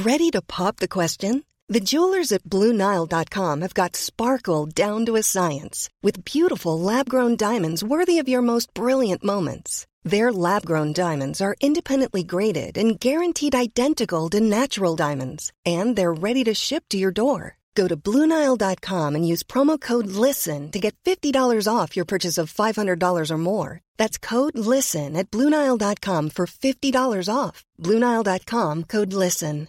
Ready to pop the question? The jewelers at BlueNile.com have got sparkle down to a science with beautiful lab-grown diamonds worthy of your most brilliant moments. Their lab-grown diamonds are independently graded and guaranteed identical to natural diamonds, and they're ready to ship to your door. Go to BlueNile.com and use promo code LISTEN to get $50 off your purchase of $500 or more. That's code LISTEN at BlueNile.com for $50 off. BlueNile.com, code LISTEN.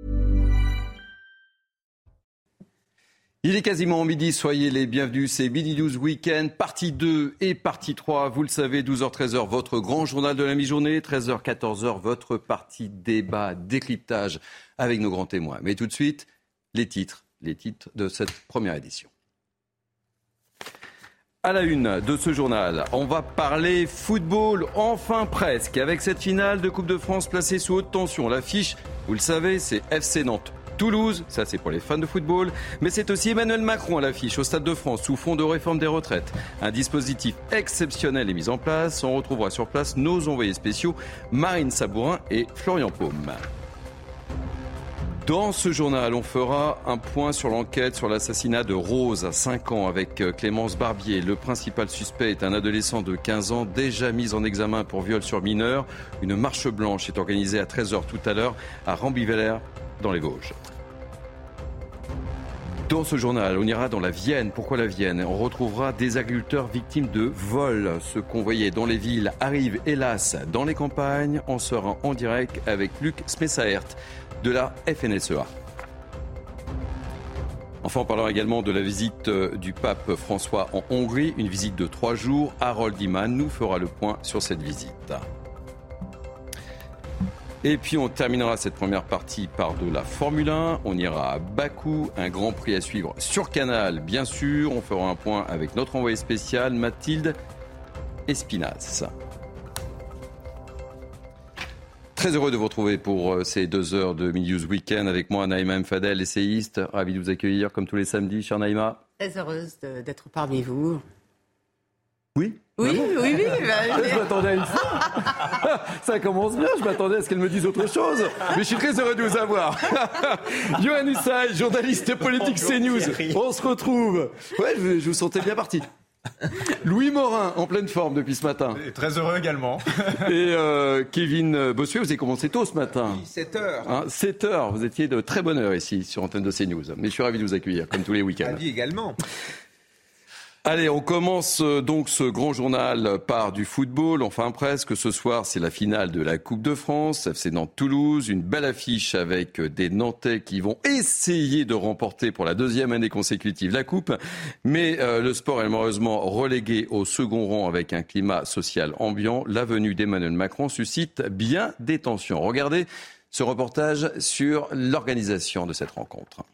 Il est quasiment midi, soyez les bienvenus, c'est Midi News Weekend, partie 2 et partie 3, vous le savez, 12h-13h, votre grand journal de la mi-journée, 13h-14h, votre partie débat, décryptage avec nos grands témoins. Mais tout de suite, les titres de cette première édition. À la une de ce journal, on va parler football, enfin presque, avec cette finale de Coupe de France placée sous haute tension. L'affiche, vous le savez, c'est FC Nantes. Toulouse, ça c'est pour les fans de football, mais c'est aussi Emmanuel Macron à l'affiche au Stade de France sous fond de réforme des retraites. Un dispositif exceptionnel est mis en place. On retrouvera sur place nos envoyés spéciaux Marine Sabourin et Florian Paume. Dans ce journal, on fera un point sur l'enquête sur l'assassinat de Rose à 5 ans avec Clémence Barbier. Le principal suspect est un adolescent de 15 ans déjà mis en examen pour viol sur mineur. Une marche blanche est organisée à 13h tout à l'heure à Rambivillers dans les Vosges. Dans ce journal, on ira dans la Vienne. Pourquoi la Vienne ? On retrouvera des agriculteurs victimes de vols. Ceux qu'on voyait dans les villes arrivent hélas dans les campagnes. On sera en direct avec Luc Smessaert de la FNSEA. Enfin, on parlera également de la visite du pape François en Hongrie. Une visite de 3 jours. Harold Iman nous fera le point sur cette visite. Et puis on terminera cette première partie par de la Formule 1. On ira à Bakou, un grand prix à suivre sur Canal, bien sûr. On fera un point avec notre envoyé spécial, Mathilde Espinasse. Très heureux de vous retrouver pour ces 2 heures de Midi News Weekend avec moi, Naïma Mfadel, essayiste. Ravi de vous accueillir comme tous les samedis, chère Naïma. Très heureuse d'être parmi vous. Oui. Oui. Je m'attendais à une fois. Ça commence bien, je m'attendais à ce qu'elle me dise autre chose. Mais je suis très heureux de vous avoir. Yohann Usaï, journaliste politique CNews. On se retrouve. Ouais, je vous sentais bien parti. Louis Morin, en pleine forme depuis ce matin. Et très heureux également. Et Kevin Bossuet, vous avez commencé tôt ce matin. Oui, 7h. 7h, vous étiez de très bonne heure ici sur Antenne de CNews. Mais je suis ravi de vous accueillir, comme tous les week-ends. Ravi également. Allez, on commence donc ce grand journal par du football, enfin presque. Ce soir, c'est la finale de la Coupe de France, FC Nantes-Toulouse. Une belle affiche avec des Nantais qui vont essayer de remporter pour la 2e année consécutive la Coupe. Mais le sport est malheureusement relégué au second rang avec un climat social ambiant. La venue d'Emmanuel Macron suscite bien des tensions. Regardez ce reportage sur l'organisation de cette rencontre.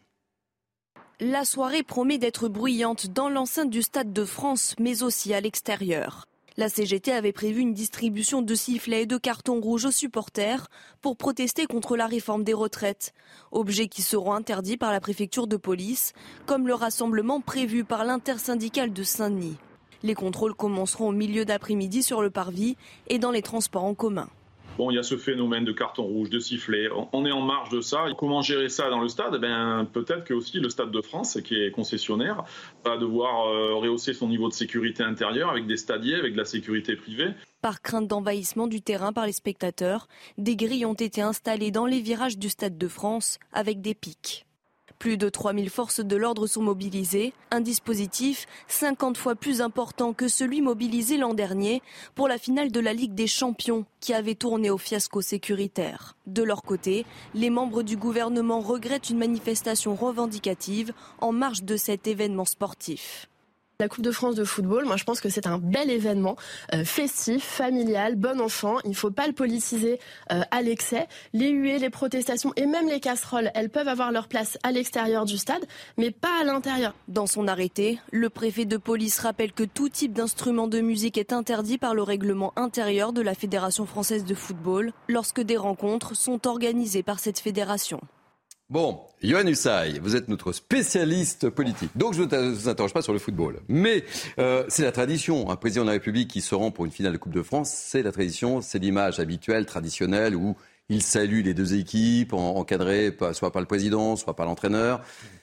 La soirée promet d'être bruyante dans l'enceinte du Stade de France, mais aussi à l'extérieur. La CGT avait prévu une distribution de sifflets et de cartons rouges aux supporters pour protester contre la réforme des retraites. Objets qui seront interdits par la préfecture de police, comme le rassemblement prévu par l'intersyndicale de Saint-Denis. Les contrôles commenceront au milieu d'après-midi sur le parvis et dans les transports en commun. Bon, il y a ce phénomène de carton rouge, de sifflet. On est en marge de ça. Comment gérer ça dans le stade ? Peut-être que aussi le Stade de France, qui est concessionnaire, va devoir rehausser son niveau de sécurité intérieure avec des stadiers, avec de la sécurité privée. Par crainte d'envahissement du terrain par les spectateurs, des grilles ont été installées dans les virages du Stade de France avec des pics. Plus de 3000 forces de l'ordre sont mobilisées, un dispositif 50 fois plus important que celui mobilisé l'an dernier pour la finale de la Ligue des Champions qui avait tourné au fiasco sécuritaire. De leur côté, les membres du gouvernement regrettent une manifestation revendicative en marge de cet événement sportif. La Coupe de France de football, moi je pense que c'est un bel événement, festif, familial, bon enfant. Il ne faut pas le politiser à l'excès. Les huées, les protestations et même les casseroles, elles peuvent avoir leur place à l'extérieur du stade, mais pas à l'intérieur. Dans son arrêté, le préfet de police rappelle que tout type d'instrument de musique est interdit par le règlement intérieur de la Fédération française de football lorsque des rencontres sont organisées par cette fédération. Bon, Yohann Usaï, vous êtes notre spécialiste politique. Donc je ne vous interroge pas sur le football. Mais c'est la tradition. Un président de la République qui se rend pour une finale de Coupe de France, c'est la tradition, c'est l'image habituelle, traditionnelle, où Il salue les deux équipes, encadrées soit par le président, soit par l'entraîneur.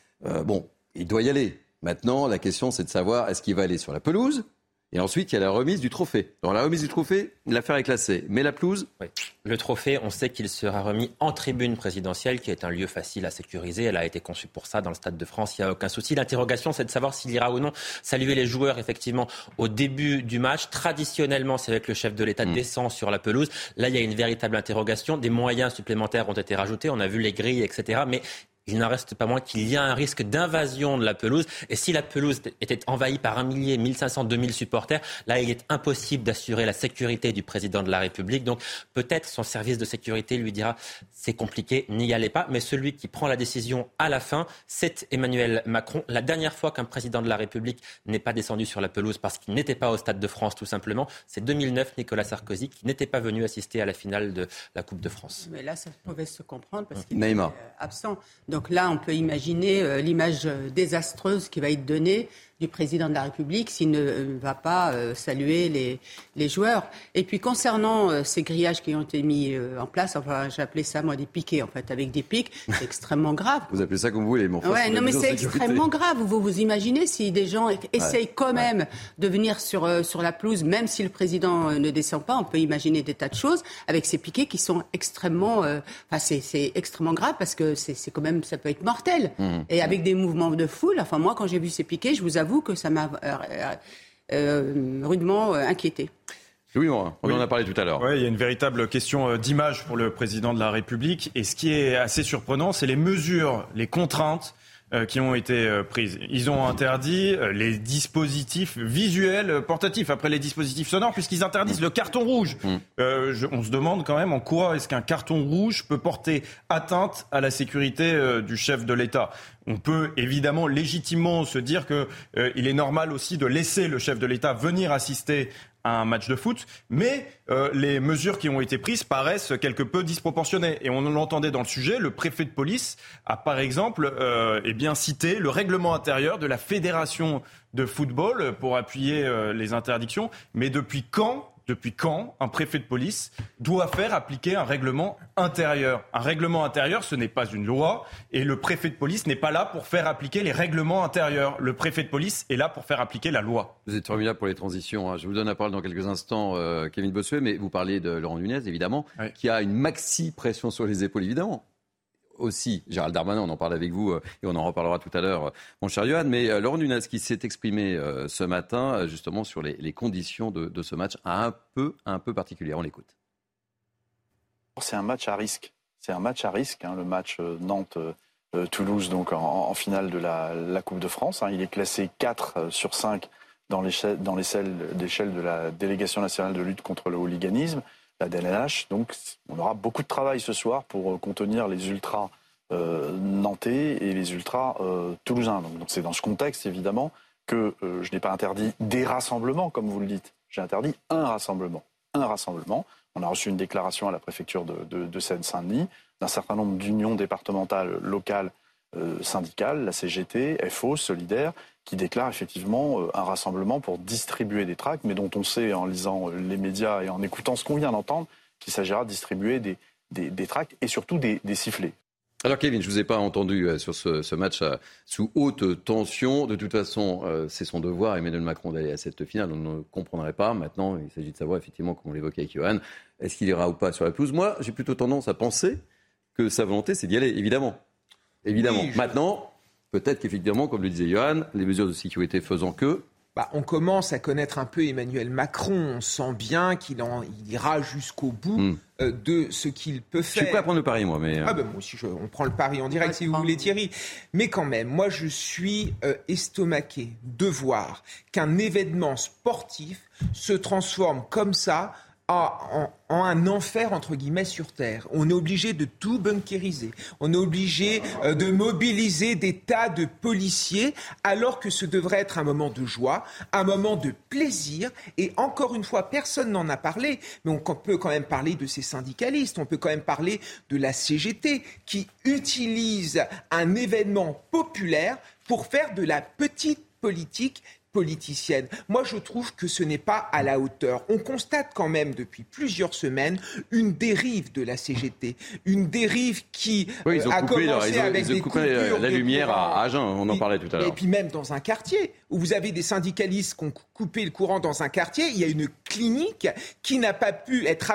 Il doit y aller. Maintenant, la question, c'est de savoir est-ce qu'il va aller sur la pelouse ? Et ensuite, il y a la remise du trophée. Alors, la remise du trophée, l'affaire est classée. Mais la pelouse ? Oui. Le trophée, on sait qu'il sera remis en tribune présidentielle, qui est un lieu facile à sécuriser. Elle a été conçue pour ça dans le Stade de France. Il n'y a aucun souci. L'interrogation, c'est de savoir s'il ira ou non saluer les joueurs, effectivement, au début du match. Traditionnellement, c'est avec le chef de l'État descend sur la pelouse. Là, il y a une véritable interrogation. Des moyens supplémentaires ont été rajoutés. On a vu les grilles, etc. Mais il n'en reste pas moins qu'il y a un risque d'invasion de la pelouse. Et si la pelouse était envahie par 1 millier, 1500, 2000 supporters, là, il est impossible d'assurer la sécurité du président de la République. Donc, peut-être son service de sécurité lui dira c'est compliqué, n'y allez pas. Mais celui qui prend la décision à la fin, c'est Emmanuel Macron. La dernière fois qu'un président de la République n'est pas descendu sur la pelouse parce qu'il n'était pas au Stade de France, tout simplement, c'est 2009, Nicolas Sarkozy, qui n'était pas venu assister à la finale de la Coupe de France. Mais là, ça pouvait se comprendre parce qu'il était absent. Donc là, on peut imaginer l'image désastreuse qui va être donnée du président de la République s'il ne va pas saluer les joueurs. Et puis concernant ces grillages qui ont été mis en place, enfin j'appelais ça moi des piquets en fait, avec des pics, c'est extrêmement grave. Vous appelez ça comme vous voulez, mais enfin, ouais, non mais c'est extrêmement grave. Vous imaginez si des gens essayent quand même de venir sur la pelouse, même si le président ne descend pas, on peut imaginer des tas de choses avec ces piquets qui sont extrêmement, c'est extrêmement grave parce que c'est quand même, ça peut être mortel. Et avec des mouvements de foule, enfin moi quand j'ai vu ces piquets, je vous avoue que ça m'a rudement inquiété. Oui, on en a parlé tout à l'heure. Oui, il y a une véritable question d'image pour le président de la République. Et ce qui est assez surprenant, c'est les mesures, les contraintes qui ont été prises. Ils ont interdit les dispositifs visuels portatifs, après les dispositifs sonores, puisqu'ils interdisent le carton rouge. On se demande quand même en quoi est-ce qu'un carton rouge peut porter atteinte à la sécurité du chef de l'État. On peut évidemment légitimement se dire qu'il est normal aussi de laisser le chef de l'État venir assister à un match de foot, mais les mesures qui ont été prises paraissent quelque peu disproportionnées. Et on l'entendait dans le sujet, le préfet de police a par exemple cité le règlement intérieur de la Fédération de football pour appuyer les interdictions. Mais depuis quand un préfet de police doit faire appliquer un règlement intérieur ? Un règlement intérieur, ce n'est pas une loi, et le préfet de police n'est pas là pour faire appliquer les règlements intérieurs. Le préfet de police est là pour faire appliquer la loi. Vous êtes formidable pour les transitions, hein. Je vous donne la parole dans quelques instants, Kevin Bossuet, mais vous parlez de Laurent Nunez, évidemment, qui a une maxi pression sur les épaules, évidemment. Aussi, Gérald Darmanin, on en parle avec vous et on en reparlera tout à l'heure, mon cher Yohann, mais Laurent Nunez qui s'est exprimé ce matin justement sur les conditions de ce match un peu particulier. On l'écoute. C'est un match à risque. Le match Nantes-Toulouse donc en finale de la Coupe de France. Il est classé 4 sur 5 dans l'échelle de la Délégation nationale de lutte contre le hooliganisme, la DNLH. Donc on aura beaucoup de travail ce soir pour contenir les ultras nantais et les ultras toulousains. Donc c'est dans ce contexte évidemment que je n'ai pas interdit des rassemblements comme vous le dites. J'ai interdit un rassemblement. On a reçu une déclaration à la préfecture de Seine-Saint-Denis d'un certain nombre d'unions départementales, locales, syndicales, la CGT, FO, Solidaire, qui déclarent effectivement un rassemblement pour distribuer des tracts, mais dont on sait en lisant les médias et en écoutant ce qu'on vient d'entendre qu'il s'agira de distribuer des tracts et surtout des sifflets. Alors Kevin, je ne vous ai pas entendu sur ce match sous haute tension. De toute façon, c'est son devoir, Emmanuel Macron, d'aller à cette finale. On ne comprendrait pas. Maintenant, il s'agit de savoir, effectivement, comme on l'évoquait avec Yohann, est-ce qu'il ira ou pas sur la pelouse. Moi, j'ai plutôt tendance à penser que sa volonté, c'est d'y aller, évidemment. Oui, Maintenant, peut-être qu'effectivement, comme le disait Yohann, les mesures de sécurité faisant que... on commence à connaître un peu Emmanuel Macron. On sent bien qu'il ira jusqu'au bout de ce qu'il peut faire. Je suis prêt à prendre le pari, moi. Mais... moi aussi, on prend le pari en direct si vous voulez, Thierry. Mais quand même, moi, je suis estomaqué de voir qu'un événement sportif se transforme comme ça en un enfer, entre guillemets, sur Terre. On est obligé de tout bunkériser. On est obligé de mobiliser des tas de policiers, alors que ce devrait être un moment de joie, un moment de plaisir. Et encore une fois, personne n'en a parlé, mais on peut quand même parler de ces syndicalistes. On peut quand même parler de la CGT, qui utilise un événement populaire pour faire de la petite politique politicienne. Moi, je trouve que ce n'est pas à la hauteur. On constate quand même depuis plusieurs semaines une dérive de la CGT, une dérive qui a commencé avec des coupures la lumière à Agen, on en parlait tout à l'heure. Et puis même dans un quartier où vous avez des syndicalistes qui ont coupé le courant dans un quartier, il y a une clinique qui n'a pas pu être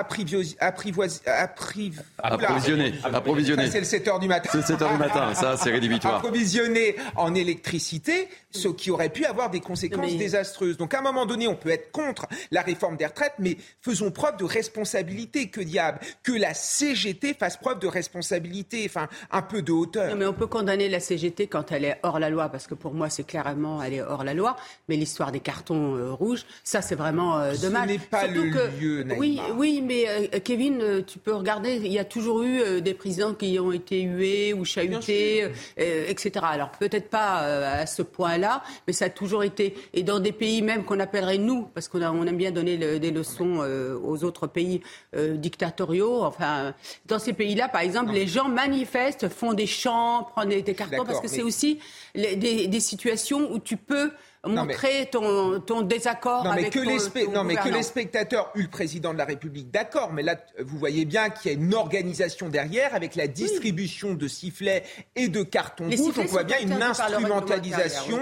approvisionnée. C'est le 7h du matin. C'est le 7h du matin, ça c'est rédhibitoire. Approvisionnée en électricité, ce qui aurait pu avoir des conséquences désastreuses. Donc à un moment donné, on peut être contre la réforme des retraites, mais faisons preuve de responsabilité. Que diable, que la CGT fasse preuve de responsabilité, enfin un peu de hauteur. Non, mais on peut condamner la CGT quand elle est hors la loi, parce que pour moi c'est clairement elle est hors la loi. Mais l'histoire des cartons rouges, ça c'est vraiment dommage. Ce n'est pas surtout le lieu, Naïma. Oui, mais Kevin, tu peux regarder, il y a toujours eu des présidents qui ont été hués ou chahutés, etc. Alors peut-être pas à ce point-là, mais ça a toujours été. Et dans des pays même qu'on appellerait nous, parce qu'on aime bien donner des leçons aux autres pays dictatoriaux. Enfin, dans ces pays-là, par exemple, les gens manifestent, font des chants, prennent des cartons, parce que c'est aussi des situations où tu peux montrer ton désaccord avec ton mais que les spectateurs eut le président de la République, d'accord, mais là, vous voyez bien qu'il y a une organisation derrière avec la distribution de sifflets et de cartons rouges. On voit bien une instrumentalisation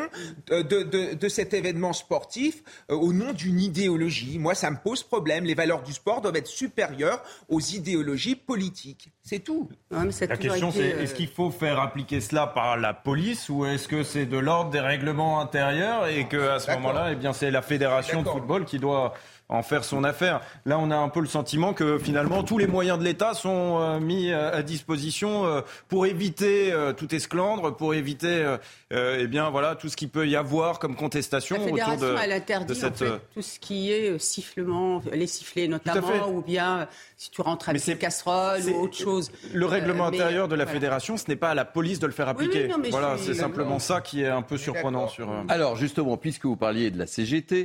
de cet événement sportif au nom d'une idéologie. Moi, ça me pose problème. Les valeurs du sport doivent être supérieures aux idéologies politiques. C'est tout. La question, c'est est-ce qu'il faut faire appliquer cela par la police ou est-ce que c'est de l'ordre des règlements intérieurs et qu'à ce moment-là, c'est la fédération de football qui doit en faire son affaire. Là, on a un peu le sentiment que finalement, tous les moyens de l'État sont mis à disposition pour éviter tout esclandre, pour éviter tout ce qu'il peut y avoir comme contestation autour de cette... La fédération, elle interdit en fait, tout ce qui est sifflement, les sifflets notamment, ou bien si tu rentres avec une casserole ou autre chose. Le règlement intérieur de la fédération, ce n'est pas à la police de le faire appliquer. C'est simplement ça qui est un peu surprenant. Alors justement, puisque vous parliez de la CGT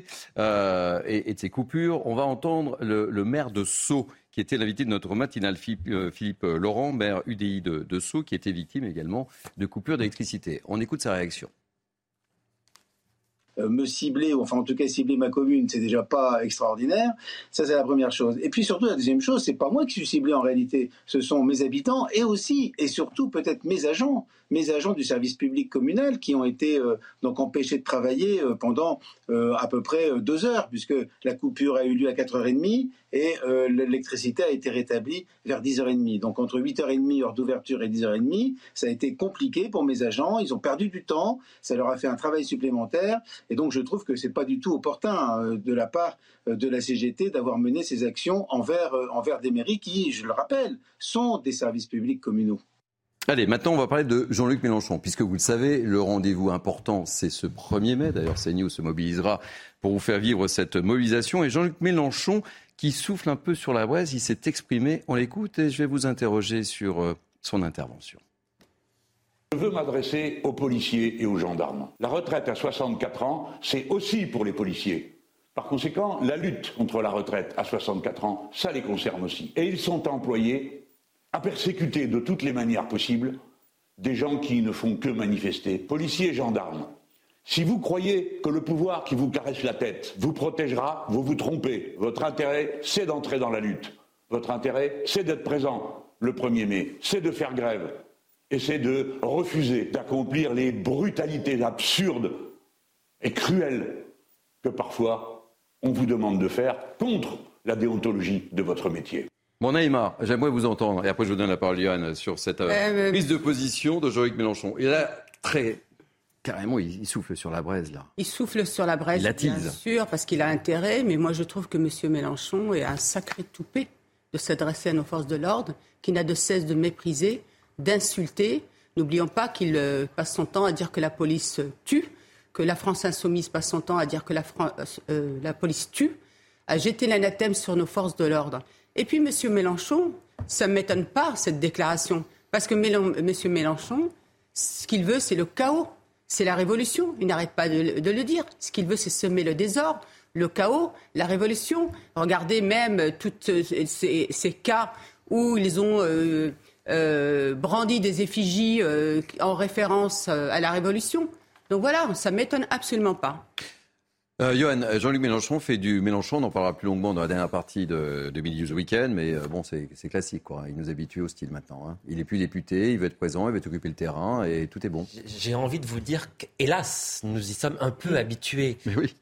et de ses coupures, on va entendre le maire de Sceaux, qui était l'invité de notre matinale, Philippe Laurent, maire UDI de Sceaux, qui était victime également de coupures d'électricité. On écoute sa réaction. Me cibler, ou enfin en tout cas cibler ma commune, c'est déjà pas extraordinaire. Ça, c'est la première chose. Et puis surtout, la deuxième chose, c'est pas moi qui suis ciblé en réalité. Ce sont mes habitants et aussi, et surtout, peut-être mes agents du service public communal qui ont été donc empêchés de travailler pendant à peu près 2 heures, puisque la coupure a eu lieu à 4h30 et l'électricité a été rétablie vers 10h30. Donc entre 8h30, heure d'ouverture, et 10h30, ça a été compliqué pour mes agents. Ils ont perdu du temps, ça leur a fait un travail supplémentaire. Et donc je trouve que c'est pas du tout opportun de la part de la CGT d'avoir mené ces actions envers des mairies qui, je le rappelle, sont des services publics communaux. Allez, maintenant on va parler de Jean-Luc Mélenchon, puisque vous le savez, le rendez-vous important c'est ce 1er mai. D'ailleurs, CNews se mobilisera pour vous faire vivre cette mobilisation. Et Jean-Luc Mélenchon, qui souffle un peu sur la braise, il s'est exprimé. On l'écoute et je vais vous interroger sur son intervention. Je veux m'adresser aux policiers et aux gendarmes. La retraite à 64 ans, c'est aussi pour les policiers. Par conséquent, la lutte contre la retraite à 64 ans, ça les concerne aussi. Et ils sont employés à persécuter de toutes les manières possibles des gens qui ne font que manifester. Policiers et gendarmes, si vous croyez que le pouvoir qui vous caresse la tête vous protégera, vous vous trompez. Votre intérêt, c'est d'entrer dans la lutte. Votre intérêt, c'est d'être présent le 1er mai, c'est de faire grève. Et c'est de refuser d'accomplir les brutalités absurdes et cruelles que parfois on vous demande de faire contre la déontologie de votre métier. Bon, Naïma, j'aimerais vous entendre, et après je vous donne la parole, Johan, sur cette prise de position de Jean-Luc Mélenchon. Et là, carrément, il souffle sur la braise, là. Il souffle sur la braise, bien sûr, parce qu'il a intérêt, mais moi je trouve que M. Mélenchon est un sacré toupet de s'adresser à nos forces de l'ordre, qui n'a de cesse de mépriser, d'insulter. N'oublions pas qu'il passe son temps à dire que la police tue, que la France insoumise passe son temps à dire que la police tue, à jeter l'anathème sur nos forces de l'ordre. Et puis M. Mélenchon, ça ne m'étonne pas, cette déclaration, parce que M. Mélenchon, ce qu'il veut, c'est le chaos, c'est la révolution. Il n'arrête pas de le dire. Ce qu'il veut, c'est semer le désordre, le chaos, la révolution. Regardez même tous ces cas où ils ont brandi des effigies en référence à la révolution. Donc voilà, ça ne m'étonne absolument pas. Johan, Jean-Luc Mélenchon fait du Mélenchon, on en parlera plus longuement dans la dernière partie de Midi News Week-end, mais bon, c'est classique, quoi. Il nous habitue au style maintenant. Hein. Il n'est plus député, il veut être présent, il veut occuper le terrain et tout est bon. J'ai envie de vous dire qu'hélas, nous y sommes un peu habitués. Mais oui.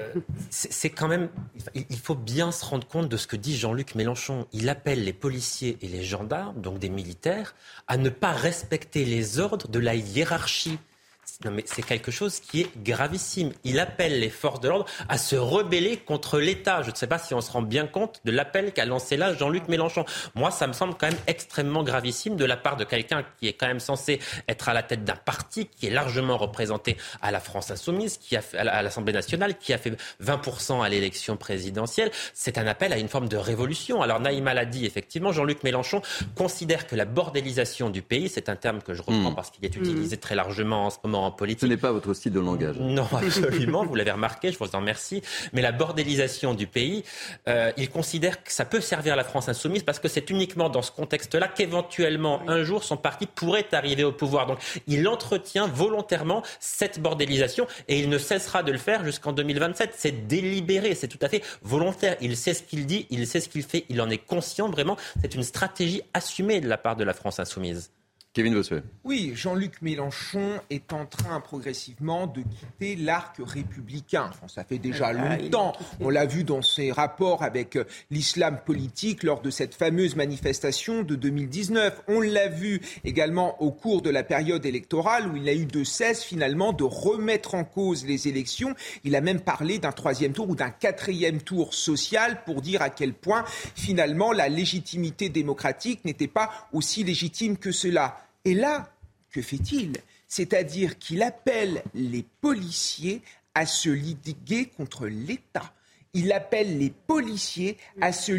C'est quand même... Il faut bien se rendre compte de ce que dit Jean-Luc Mélenchon. Il appelle les policiers et les gendarmes, donc des militaires, à ne pas respecter les ordres de la hiérarchie. Non mais c'est quelque chose qui est gravissime. Il appelle les forces de l'ordre à se rebeller contre l'État. Je ne sais pas si on se rend bien compte de l'appel qu'a lancé là Jean-Luc Mélenchon. Moi, ça me semble quand même extrêmement gravissime de la part de quelqu'un qui est quand même censé être à la tête d'un parti qui est largement représenté à la France Insoumise, qui a fait, à l'Assemblée nationale, qui a fait 20% à l'élection présidentielle. C'est un appel à une forme de révolution. Alors Naïma l'a dit, effectivement, Jean-Luc Mélenchon considère que la bordélisation du pays, c'est un terme que je reprends parce qu'il est utilisé très largement en ce moment en politique. Ce n'est pas votre style de langage. Non, absolument, vous l'avez remarqué, je vous en remercie. Mais la bordélisation du pays, il considère que ça peut servir la France Insoumise parce que c'est uniquement dans ce contexte-là qu'éventuellement, un jour, son parti pourrait arriver au pouvoir. Donc, il entretient volontairement cette bordélisation et il ne cessera de le faire jusqu'en 2027. C'est délibéré, c'est tout à fait volontaire. Il sait ce qu'il dit, il sait ce qu'il fait, il en est conscient vraiment. C'est une stratégie assumée de la part de la France Insoumise. Kevin Bossuet. Oui, Jean-Luc Mélenchon est en train progressivement de quitter l'arc républicain. Bon, ça fait déjà longtemps. On l'a vu dans ses rapports avec l'islam politique lors de cette fameuse manifestation de 2019. On l'a vu également au cours de la période électorale où il a eu de cesse finalement de remettre en cause les élections. Il a même parlé d'un 3e tour ou d'un 4e tour social pour dire à quel point finalement la légitimité démocratique n'était pas aussi légitime que cela. Et là, que fait-il ? C'est-à-dire qu'il appelle les policiers à se liguer contre l'État. Il appelle les policiers à se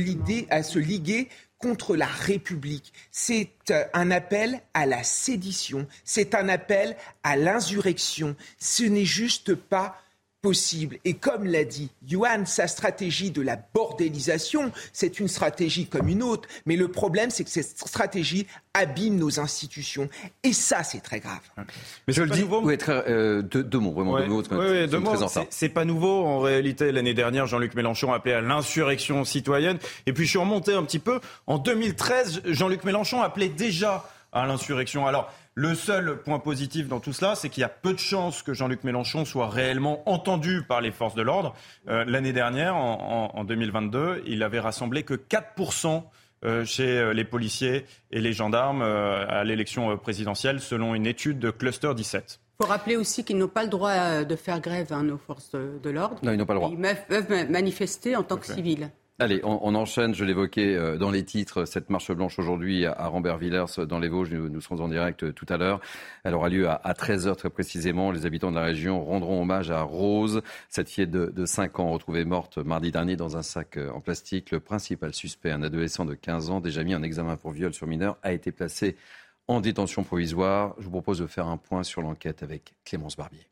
liguer contre la République. C'est un appel à la sédition. C'est un appel à l'insurrection. Ce n'est juste pas possible. Et comme l'a dit Yoann, sa stratégie de la bordélisation, c'est une stratégie comme une autre. Mais le problème, c'est que cette stratégie abîme nos institutions. Et ça, c'est très grave. Mais je le dis... Oui, deux mots, vraiment deux mots. Deux mots. C'est pas nouveau. En réalité, l'année dernière, Jean-Luc Mélenchon a appelé à l'insurrection citoyenne. Et puis, je suis remonté un petit peu. En 2013, Jean-Luc Mélenchon appelait déjà à l'insurrection. Alors, le seul point positif dans tout cela, c'est qu'il y a peu de chances que Jean-Luc Mélenchon soit réellement entendu par les forces de l'ordre. L'année dernière, en 2022, il avait rassemblé que 4% chez les policiers et les gendarmes à l'élection présidentielle, selon une étude de Cluster 17. Il faut rappeler aussi qu'ils n'ont pas le droit de faire grève, nos forces de l'ordre. Non, ils n'ont pas le droit. Ils peuvent manifester en tant que civils. Allez, on enchaîne, je l'évoquais dans les titres, cette marche blanche aujourd'hui à Rambert-Villers dans les Vosges. Nous serons en direct tout à l'heure. Elle aura lieu à 13h très précisément. Les habitants de la région rendront hommage à Rose, cette fillette de 5 ans retrouvée morte mardi dernier dans un sac en plastique. Le principal suspect, un adolescent de 15 ans, déjà mis en examen pour viol sur mineur, a été placé en détention provisoire. Je vous propose de faire un point sur l'enquête avec Clémence Barbier.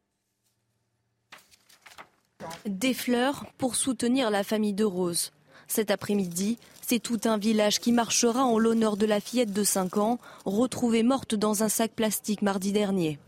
Des fleurs pour soutenir la famille de Rose. Cet après-midi, c'est tout un village qui marchera en l'honneur de la fillette de 5 ans, retrouvée morte dans un sac plastique mardi dernier.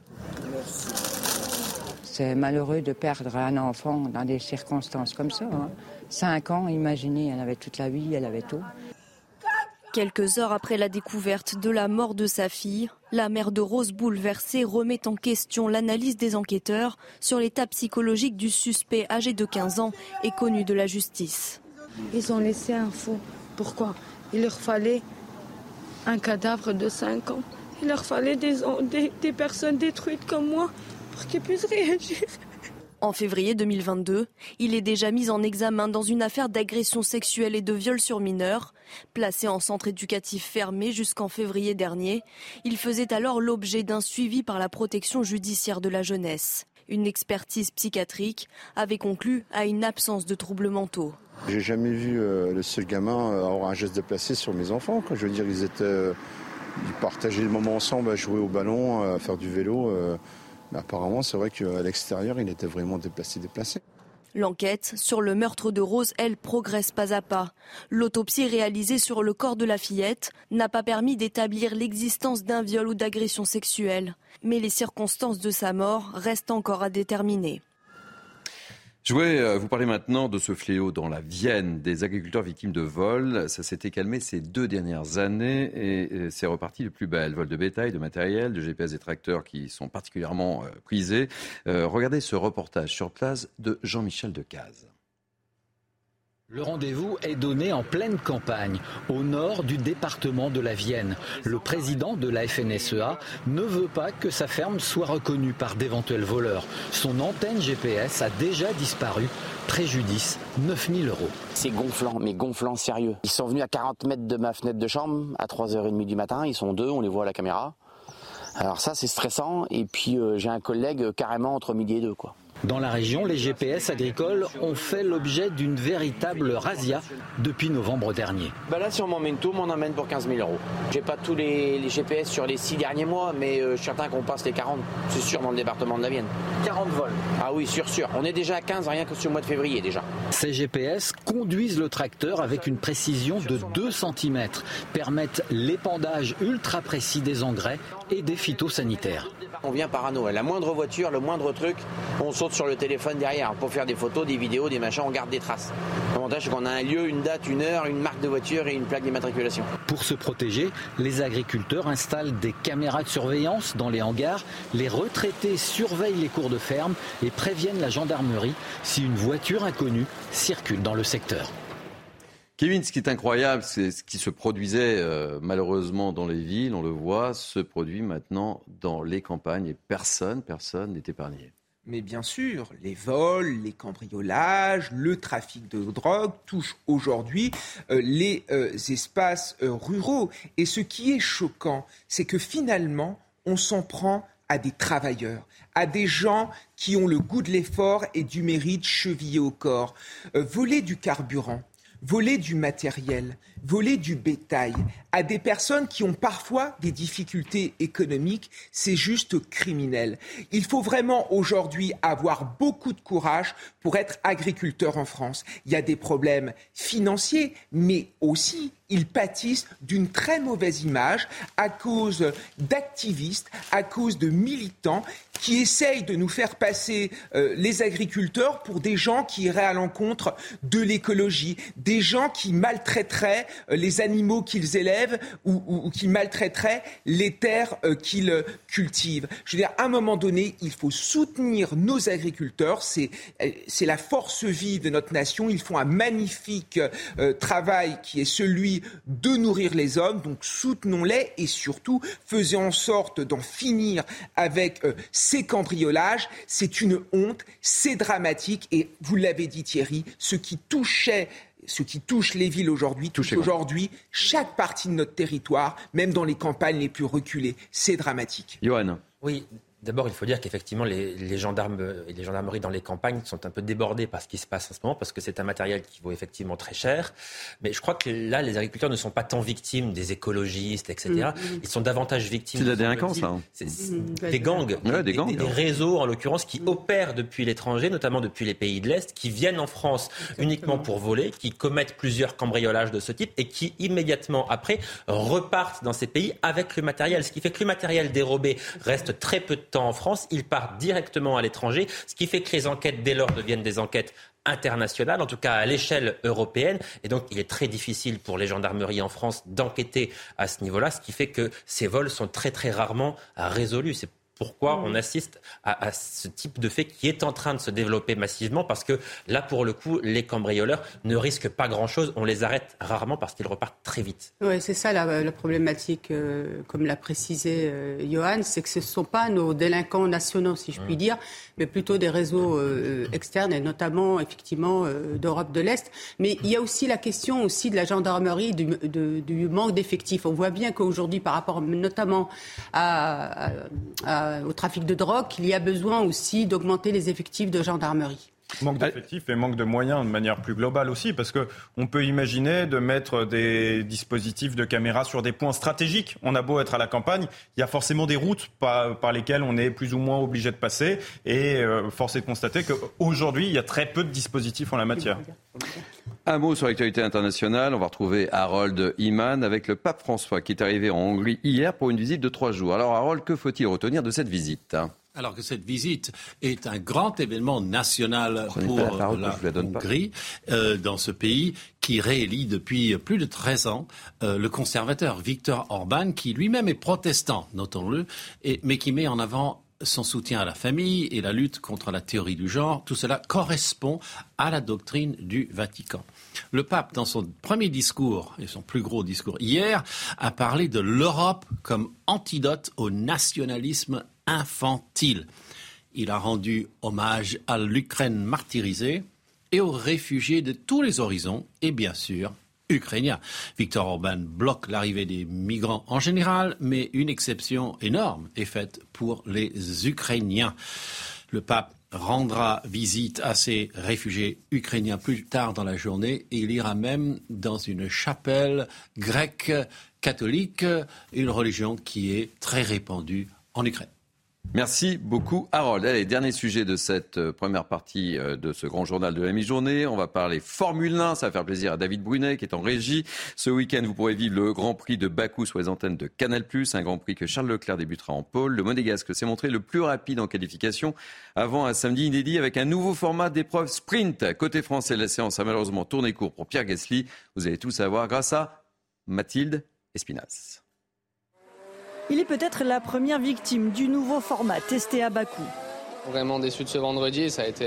C'est malheureux de perdre un enfant dans des circonstances comme ça. 5 ans, imaginez, elle avait toute la vie, elle avait tout. Quelques heures après la découverte de la mort de sa fille, la mère de Rose, bouleversée, remet en question l'analyse des enquêteurs sur l'état psychologique du suspect âgé de 15 ans et connu de la justice. Ils ont laissé un faux. Pourquoi ? Il leur fallait un cadavre de 5 ans. Il leur fallait des personnes détruites comme moi pour qu'ils puissent réagir. En février 2022, il est déjà mis en examen dans une affaire d'agression sexuelle et de viol sur mineurs. Placé en centre éducatif fermé jusqu'en février dernier, il faisait alors l'objet d'un suivi par la protection judiciaire de la jeunesse. Une expertise psychiatrique avait conclu à une absence de troubles mentaux. J'ai jamais vu le seul gamin avoir un geste déplacé sur mes enfants. Je veux dire, ils partageaient le moment ensemble à jouer au ballon, à faire du vélo. Mais apparemment, c'est vrai qu'à l'extérieur, il était vraiment déplacé. L'enquête sur le meurtre de Rose, elle, progresse pas à pas. L'autopsie réalisée sur le corps de la fillette n'a pas permis d'établir l'existence d'un viol ou d'agression sexuelle. Mais les circonstances de sa mort restent encore à déterminer. Je voulais vous parler maintenant de ce fléau dans la Vienne, des agriculteurs victimes de vols. Ça s'était calmé ces 2 dernières années et c'est reparti de plus belle. Vol de bétail, de matériel, de GPS et tracteurs qui sont particulièrement prisés. Regardez ce reportage sur place de Jean-Michel Decaze. Le rendez-vous est donné en pleine campagne, au nord du département de la Vienne. Le président de la FNSEA ne veut pas que sa ferme soit reconnue par d'éventuels voleurs. Son antenne GPS a déjà disparu. Préjudice, 9 000 €. C'est gonflant, mais gonflant sérieux. Ils sont venus à 40 mètres de ma fenêtre de chambre, à 3h30 du matin. Ils sont 2, on les voit à la caméra. Alors ça, c'est stressant. Et puis, j'ai un collègue carrément entre midi et 2, quoi. Dans la région, les GPS agricoles ont fait l'objet d'une véritable razzia depuis novembre dernier. Là, si on m'emmène tout, on emmène pour 15 000 €. J'ai pas tous les GPS sur les 6 derniers mois, mais je suis certain qu'on passe les 40, c'est sûr, dans le département de la Vienne. 40 vols. Ah oui, sûr. On est déjà à 15, rien que sur le mois de février déjà. Ces GPS conduisent le tracteur avec une précision de 2 cm, permettent l'épandage ultra précis des engrais et des phytosanitaires. On vient parano. La moindre voiture, le moindre truc, on saute sur le téléphone derrière pour faire des photos, des vidéos, des machins, on garde des traces. L'avantage, c'est qu'on a un lieu, une date, une heure, une marque de voiture et une plaque d'immatriculation. Pour se protéger, les agriculteurs installent des caméras de surveillance dans les hangars. Les retraités surveillent les cours de ferme et préviennent la gendarmerie si une voiture inconnue circule dans le secteur. Kevin, ce qui est incroyable, c'est ce qui se produisait malheureusement dans les villes, on le voit, se produit maintenant dans les campagnes et personne n'est épargné. Mais bien sûr, les vols, les cambriolages, le trafic de drogue touchent aujourd'hui les espaces ruraux. Et ce qui est choquant, c'est que finalement, on s'en prend à des travailleurs, à des gens qui ont le goût de l'effort et du mérite chevillé au corps. Voler du carburant, voler du matériel, voler du bétail à des personnes qui ont parfois des difficultés économiques, c'est juste criminel. Il faut vraiment aujourd'hui avoir beaucoup de courage pour être agriculteur en France. Il y a des problèmes financiers, mais aussi ils pâtissent d'une très mauvaise image à cause d'activistes, à cause de militants qui essayent de nous faire passer les agriculteurs pour des gens qui iraient à l'encontre de l'écologie, des gens qui maltraiteraient les animaux qu'ils élèvent ou qui maltraiteraient les terres qu'ils cultivent. Je veux dire, à un moment donné, il faut soutenir nos agriculteurs. C'est la force vive de notre nation. Ils font un magnifique travail qui est celui de nourrir les hommes. Donc soutenons-les et surtout faisons en sorte d'en finir avec ces cambriolages. C'est une honte, c'est dramatique et vous l'avez dit Thierry, ce qui touche les villes aujourd'hui, touche aujourd'hui chaque partie de notre territoire, même dans les campagnes les plus reculées. C'est dramatique. Johan. Oui. D'abord, il faut dire qu'effectivement, les gendarmes et les gendarmeries dans les campagnes sont un peu débordés par ce qui se passe en ce moment, parce que c'est un matériel qui vaut effectivement très cher. Mais je crois que là, les agriculteurs ne sont pas tant victimes des écologistes, etc. Ils sont davantage victimes... C'est de la délinquance, ça. Des gangs, des réseaux, en l'occurrence, qui opèrent depuis l'étranger, notamment depuis les pays de l'Est, qui viennent en France uniquement pour voler, qui commettent plusieurs cambriolages de ce type et qui, immédiatement après, repartent dans ces pays avec le matériel. Ce qui fait que le matériel dérobé reste très peu de temps en France, ils partent directement à l'étranger, ce qui fait que les enquêtes dès lors deviennent des enquêtes internationales, en tout cas à l'échelle européenne, et donc il est très difficile pour les gendarmeries en France d'enquêter à ce niveau-là, ce qui fait que ces vols sont très très rarement résolus. C'est pourquoi on assiste à ce type de fait qui est en train de se développer massivement, parce que là, pour le coup, les cambrioleurs ne risquent pas grand-chose. On les arrête rarement parce qu'ils repartent très vite. Oui, c'est ça la problématique, comme l'a précisé Johan, c'est que ce ne sont pas nos délinquants nationaux, si je puis dire, mais plutôt des réseaux externes, et notamment, effectivement, d'Europe de l'Est. Mais il y a aussi la question aussi de la gendarmerie, du manque d'effectifs. On voit bien qu'aujourd'hui, par rapport notamment au trafic de drogue, il y a besoin aussi d'augmenter les effectifs de gendarmerie. Manque d'effectifs et manque de moyens de manière plus globale aussi, parce qu'on peut imaginer de mettre des dispositifs de caméras sur des points stratégiques. On a beau être à la campagne, il y a forcément des routes par lesquelles on est plus ou moins obligé de passer, et force est de constater qu'aujourd'hui, il y a très peu de dispositifs en la matière. Un mot sur l'actualité internationale. On va retrouver Harold Iman avec le pape François qui est arrivé en Hongrie hier pour une visite de 3 jours. Alors Harold, que faut-il retenir de cette visite ? Alors que cette visite est un grand événement national pour la Hongrie, dans ce pays qui réélit depuis plus de 13 ans le conservateur Viktor Orban, qui lui-même est protestant, notons-le, mais qui met en avant son soutien à la famille et la lutte contre la théorie du genre. Tout cela correspond à la doctrine du Vatican. Le pape, dans son premier discours, et son plus gros discours hier, a parlé de l'Europe comme antidote au nationalisme infantile. Il a rendu hommage à l'Ukraine martyrisée et aux réfugiés de tous les horizons et bien sûr ukrainiens. Viktor Orban bloque l'arrivée des migrants en général, mais une exception énorme est faite pour les Ukrainiens. Le pape rendra visite à ces réfugiés ukrainiens plus tard dans la journée et il ira même dans une chapelle grecque catholique, une religion qui est très répandue en Ukraine. Merci beaucoup Harold. Allez, dernier sujet de cette première partie de ce grand journal de la mi-journée. On va parler Formule 1, ça va faire plaisir à David Brunet qui est en régie. Ce week-end, vous pourrez vivre le Grand Prix de Bakou sur les antennes de Canal+, un Grand Prix que Charles Leclerc débutera en pole. Le Monégasque s'est montré le plus rapide en qualification avant un samedi inédit avec un nouveau format d'épreuve sprint. Côté français, la séance a malheureusement tourné court pour Pierre Gasly. Vous allez tout savoir grâce à Mathilde Espinasse. Il est peut-être la première victime du nouveau format testé à Bakou. Vraiment déçu de ce vendredi, ça a été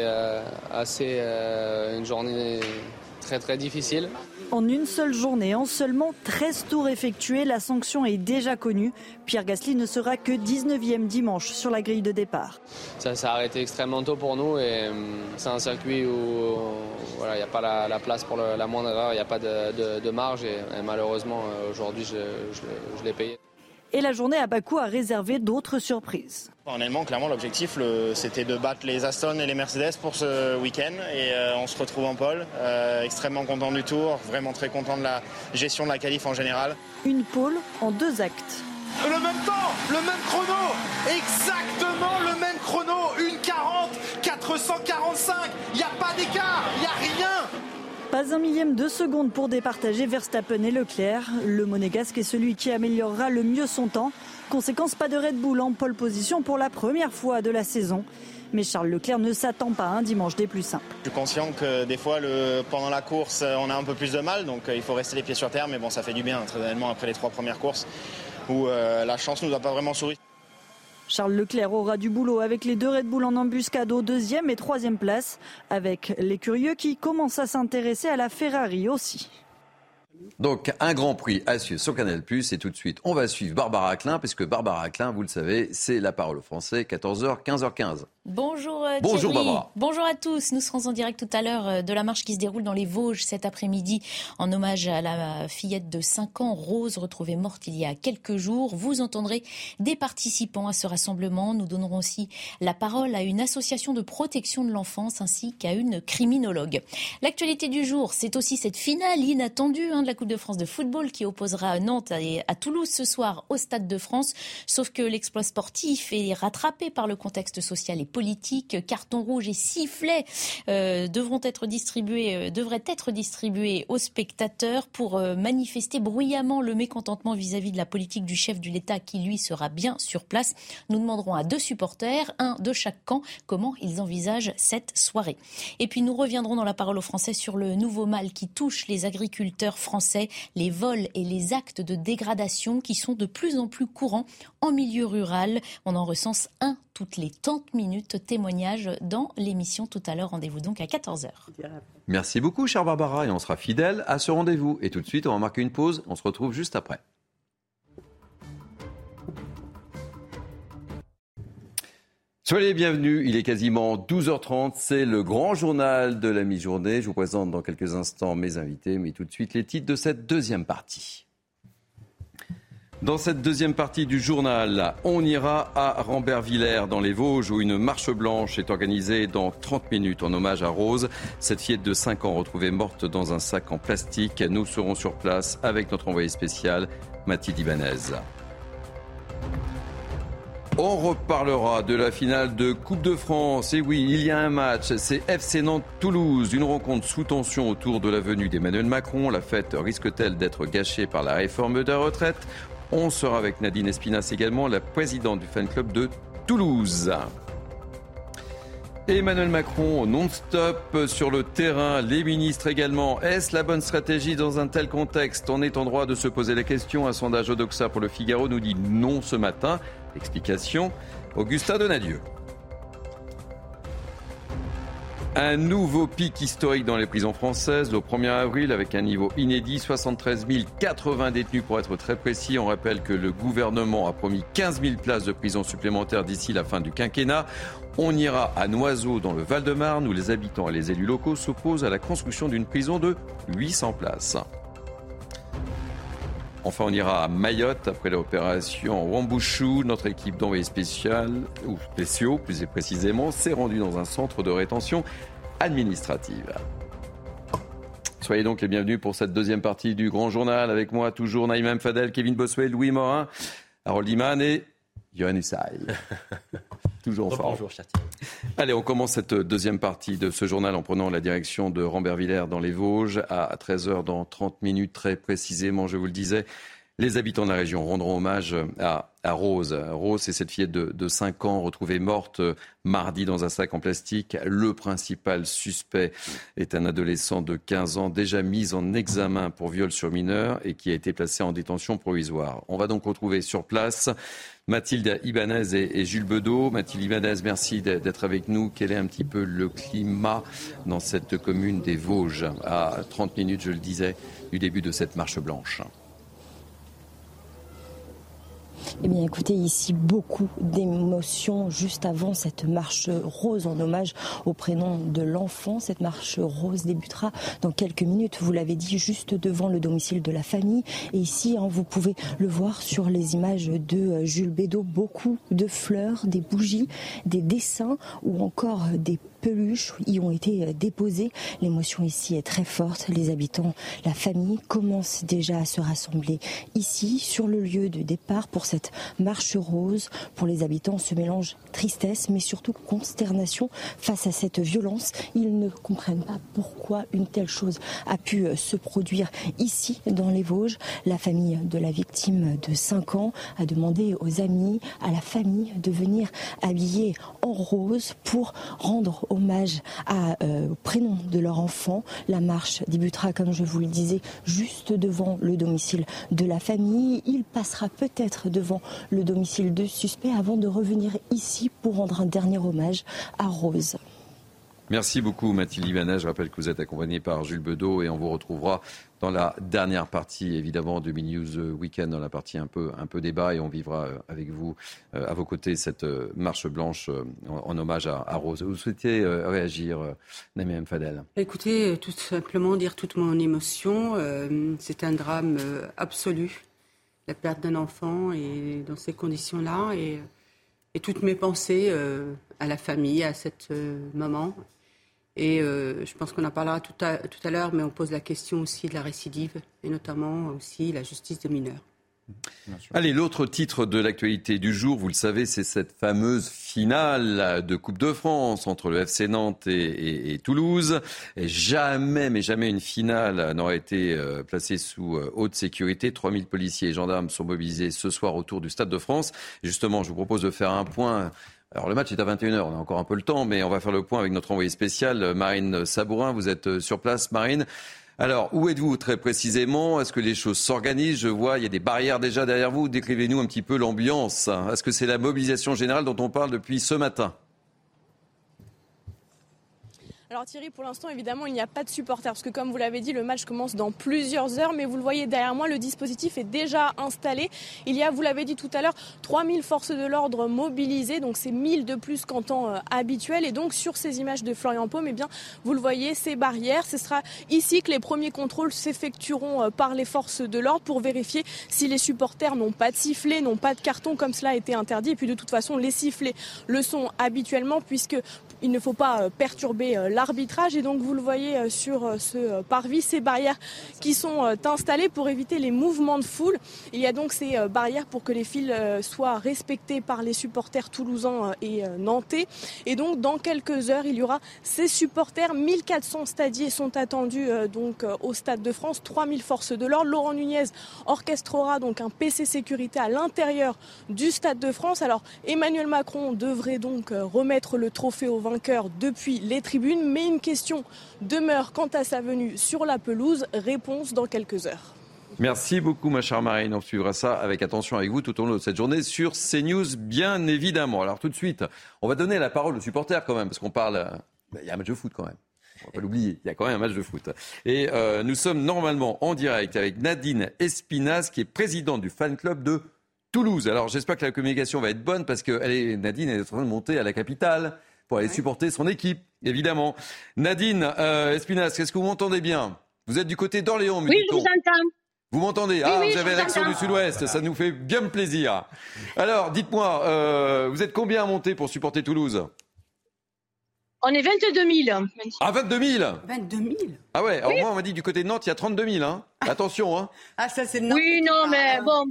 une journée très très difficile. En une seule journée, en seulement 13 tours effectués, la sanction est déjà connue. Pierre Gasly ne sera que 19e dimanche sur la grille de départ. Ça s'est arrêté extrêmement tôt pour nous et c'est un circuit où il n'y a pas la place pour la moindre erreur, il n'y a pas de marge et malheureusement aujourd'hui je l'ai payé. Et la journée à Bakou a réservé d'autres surprises. Honnêtement, clairement, l'objectif, c'était de battre les Aston et les Mercedes pour ce week-end. Et on se retrouve en pole. Extrêmement content du tour, vraiment très content de la gestion de la qualif en général. Une pole en 2 actes. Le même temps, le même chrono, exactement le même chrono, 1:40, 445, il n'y a pas d'écart, il n'y a rien. Pas un millième de seconde pour départager Verstappen et Leclerc. Le Monégasque est celui qui améliorera le mieux son temps. Conséquence, pas de Red Bull en pole position pour la première fois de la saison. Mais Charles Leclerc ne s'attend pas à un dimanche des plus simples. Je suis conscient que des fois, pendant la course, on a un peu plus de mal. Donc il faut rester les pieds sur terre. Mais bon, ça fait du bien, très honnêtement, après les 3 premières courses où la chance ne nous a pas vraiment souri. Charles Leclerc aura du boulot avec les 2 Red Bull en embuscade aux 2e et 3e places, avec les curieux qui commencent à s'intéresser à la Ferrari aussi. Donc un Grand Prix à suivre sur Canal+, et tout de suite on va suivre Barbara Klein, puisque Barbara Klein, vous le savez, c'est la parole aux Français, 14h, 15h15. Bonjour Thierry. Bonjour Barbara. Bonjour à tous. Nous serons en direct tout à l'heure de la marche qui se déroule dans les Vosges cet après-midi en hommage à la fillette de 5 ans, Rose, retrouvée morte il y a quelques jours. Vous entendrez des participants à ce rassemblement. Nous donnerons aussi la parole à une association de protection de l'enfance ainsi qu'à une criminologue. L'actualité du jour, c'est aussi cette finale inattendue de la Coupe de France de football qui opposera Nantes à Toulouse ce soir au Stade de France. Sauf que l'exploit sportif est rattrapé par le contexte social et politique. Carton rouge et sifflets devraient être distribués aux spectateurs pour manifester bruyamment le mécontentement vis-à-vis de la politique du chef de l'État qui, lui, sera bien sur place. Nous demanderons à 2 supporters, un de chaque camp, comment ils envisagent cette soirée. Et puis nous reviendrons dans la parole aux Français sur le nouveau mal qui touche les agriculteurs français, les vols et les actes de dégradation qui sont de plus en plus courants en milieu rural. On en recense un toutes les 30 minutes. Témoignage dans l'émission tout à l'heure. Rendez-vous donc à 14h. Merci beaucoup, chère Barbara, et on sera fidèle à ce rendez-vous. Et tout de suite, on va marquer une pause. On se retrouve juste après. Soyez les bienvenus, il est quasiment 12h30, c'est le grand journal de la mi-journée. Je vous présente dans quelques instants mes invités, mais tout de suite les titres de cette deuxième partie. Dans cette deuxième partie du journal, on ira à Rambervillers dans les Vosges où une marche blanche est organisée dans 30 minutes en hommage à Rose. Cette fillette de 5 ans retrouvée morte dans un sac en plastique. Nous serons sur place avec notre envoyé spécial Mathilde Ibanez. On reparlera de la finale de Coupe de France. Et oui, il y a un match, c'est FC Nantes-Toulouse. Une rencontre sous tension autour de la venue d'Emmanuel Macron. La fête risque-t-elle d'être gâchée par la réforme de la retraite ? On sera avec Nadine Espinasse également, la présidente du fan club de Toulouse. Emmanuel Macron non-stop sur le terrain, les ministres également. Est-ce la bonne stratégie dans un tel contexte ? On est en droit de se poser la question. Un sondage Odoxa pour le Figaro nous dit non ce matin. Explication, Augustin Donadieu. Un nouveau pic historique dans les prisons françaises au 1er avril avec un niveau inédit, 73 080 détenus pour être très précis. On rappelle que le gouvernement a promis 15 000 places de prison supplémentaires d'ici la fin du quinquennat. On ira à Noiseau dans le Val-de-Marne où les habitants et les élus locaux s'opposent à la construction d'une prison de 800 places. Enfin, on ira à Mayotte après l'opération Wambushu. Notre équipe d'envoyés spéciaux, plus précisément, s'est rendue dans un centre de rétention administrative. Soyez donc les bienvenus pour cette deuxième partie du Grand Journal. Avec moi, toujours Naïm M. Fadel, Kevin Bossuet, Louis Morin, Harold Iman et Yohann Usaï. Toujours en forme. Bonjour, cher. Allez, on commence cette deuxième partie de ce journal en prenant la direction de Rambervillers dans les Vosges à 13h dans 30 minutes très précisément, je vous le disais. Les habitants de la région rendront hommage à Rose. Rose, c'est cette fillette de 5 ans retrouvée morte mardi dans un sac en plastique. Le principal suspect est un adolescent de 15 ans déjà mis en examen pour viol sur mineur et qui a été placé en détention provisoire. On va donc retrouver sur place Mathilde Ibanez et Jules Bedeau. Mathilde Ibanez, merci d'être avec nous. Quel est un petit peu le climat dans cette commune des Vosges à 30 minutes, je le disais, du début de cette marche blanche ? Eh bien, écoutez, ici, beaucoup d'émotions juste avant cette marche rose en hommage au prénom de l'enfant. Cette marche rose débutera dans quelques minutes, vous l'avez dit, juste devant le domicile de la famille. Et ici, vous pouvez le voir sur les images de Jules Bedeau, beaucoup de fleurs, des bougies, des dessins ou encore des peluches y ont été déposées. L'émotion ici est très forte. Les habitants, la famille commencent déjà à se rassembler ici, sur le lieu de départ pour cette marche rose. Pour les habitants, ce mélange tristesse, mais surtout consternation face à cette violence. Ils ne comprennent pas pourquoi une telle chose a pu se produire ici, dans les Vosges. La famille de la victime de 5 ans a demandé aux amis, à la famille, de venir habiller en rose pour rendre hommage au prénom de leur enfant. La marche débutera, comme je vous le disais, juste devant le domicile de la famille. Il passera peut-être devant le domicile de suspect avant de revenir ici pour rendre un dernier hommage à Rose. Merci beaucoup Mathilde Ibanez. Je rappelle que vous êtes accompagnée par Jules Bedeau et on vous retrouvera dans la dernière partie évidemment de Mini-News Weekend, dans la partie un peu débat, et on vivra avec vous à vos côtés cette marche blanche en hommage à Rose. Vous souhaitez réagir, Naïm M. Fadel ? Écoutez, tout simplement dire toute mon émotion. C'est un drame absolu, la perte d'un enfant et dans ces conditions-là, et toutes mes pensées à la famille, à cette maman. Et je pense qu'on en parlera tout à l'heure, mais on pose la question aussi de la récidive et notamment aussi la justice des mineurs. Allez, l'autre titre de l'actualité du jour, vous le savez, c'est cette fameuse finale de Coupe de France entre le FC Nantes et Toulouse. Et jamais une finale n'aurait été placée sous haute sécurité. 3000 policiers et gendarmes sont mobilisés ce soir autour du Stade de France. Et justement, je vous propose de faire un point. Alors le match est à 21h, on a encore un peu le temps, mais on va faire le point avec notre envoyée spéciale, Marine Sabourin. Vous êtes sur place, Marine. Alors, où êtes-vous très précisément ? Est-ce que les choses s'organisent ? Je vois, il y a des barrières déjà derrière vous. Décrivez-nous un petit peu l'ambiance. Est-ce que c'est la mobilisation générale dont on parle depuis ce matin ? Alors Thierry, pour l'instant, évidemment, il n'y a pas de supporters parce que comme vous l'avez dit, le match commence dans plusieurs heures. Mais vous le voyez derrière moi, le dispositif est déjà installé. Il y a, vous l'avez dit tout à l'heure, 3000 forces de l'ordre mobilisées. Donc c'est 1000 de plus qu'en temps habituel. Et donc sur ces images de Florian Paume, eh bien, vous le voyez, ces barrières. Ce sera ici que les premiers contrôles s'effectueront par les forces de l'ordre pour vérifier si les supporters n'ont pas de sifflet, n'ont pas de carton comme cela a été interdit. Et puis de toute façon, les sifflets le sont habituellement puisque il ne faut pas perturber la l'arbitrage. Et donc vous le voyez sur ce parvis, ces barrières qui sont installées pour éviter les mouvements de foule. Il y a donc ces barrières pour que les fils soient respectés par les supporters toulousains et nantais. Et donc dans quelques heures, il y aura ces supporters. 1400 stadiers sont attendus donc au Stade de France, 3000 forces de l'ordre. Laurent Nunez orchestrera donc un PC sécurité à l'intérieur du Stade de France. Alors Emmanuel Macron devrait donc remettre le trophée au vainqueur depuis les tribunes, mais une question demeure quant à sa venue sur la pelouse. Réponse dans quelques heures. Merci beaucoup, ma chère Marine. On suivra ça avec attention avec vous tout au long de cette journée sur CNews, bien évidemment. Alors tout de suite, on va donner la parole aux supporters quand même, parce qu'on parle... Il y a un match de foot quand même. On ne va pas l'oublier, il y a quand même un match de foot. Et nous sommes normalement en direct avec Nadine Espinasse, qui est présidente du fan club de Toulouse. Alors j'espère que la communication va être bonne, parce que Nadine est en train de monter à la capitale pour aller supporter son équipe, évidemment. Nadine Espinasse, est-ce que vous m'entendez bien ? Vous êtes du côté d'Orléans, me dit-on. Oui, je vous entends. Vous m'entendez ? Oui, vous avez l'accent du Sud-Ouest, ça nous fait bien plaisir. Alors, dites-moi, vous êtes combien à monter pour supporter Toulouse ? On est 22 000. Ah, 22 000 ? 22 000 Ah ouais, alors moi on m'a dit du côté de Nantes, il y a 32 000, hein. Attention, hein. Ah, ça c'est Nantes. Oui, non, mais bon...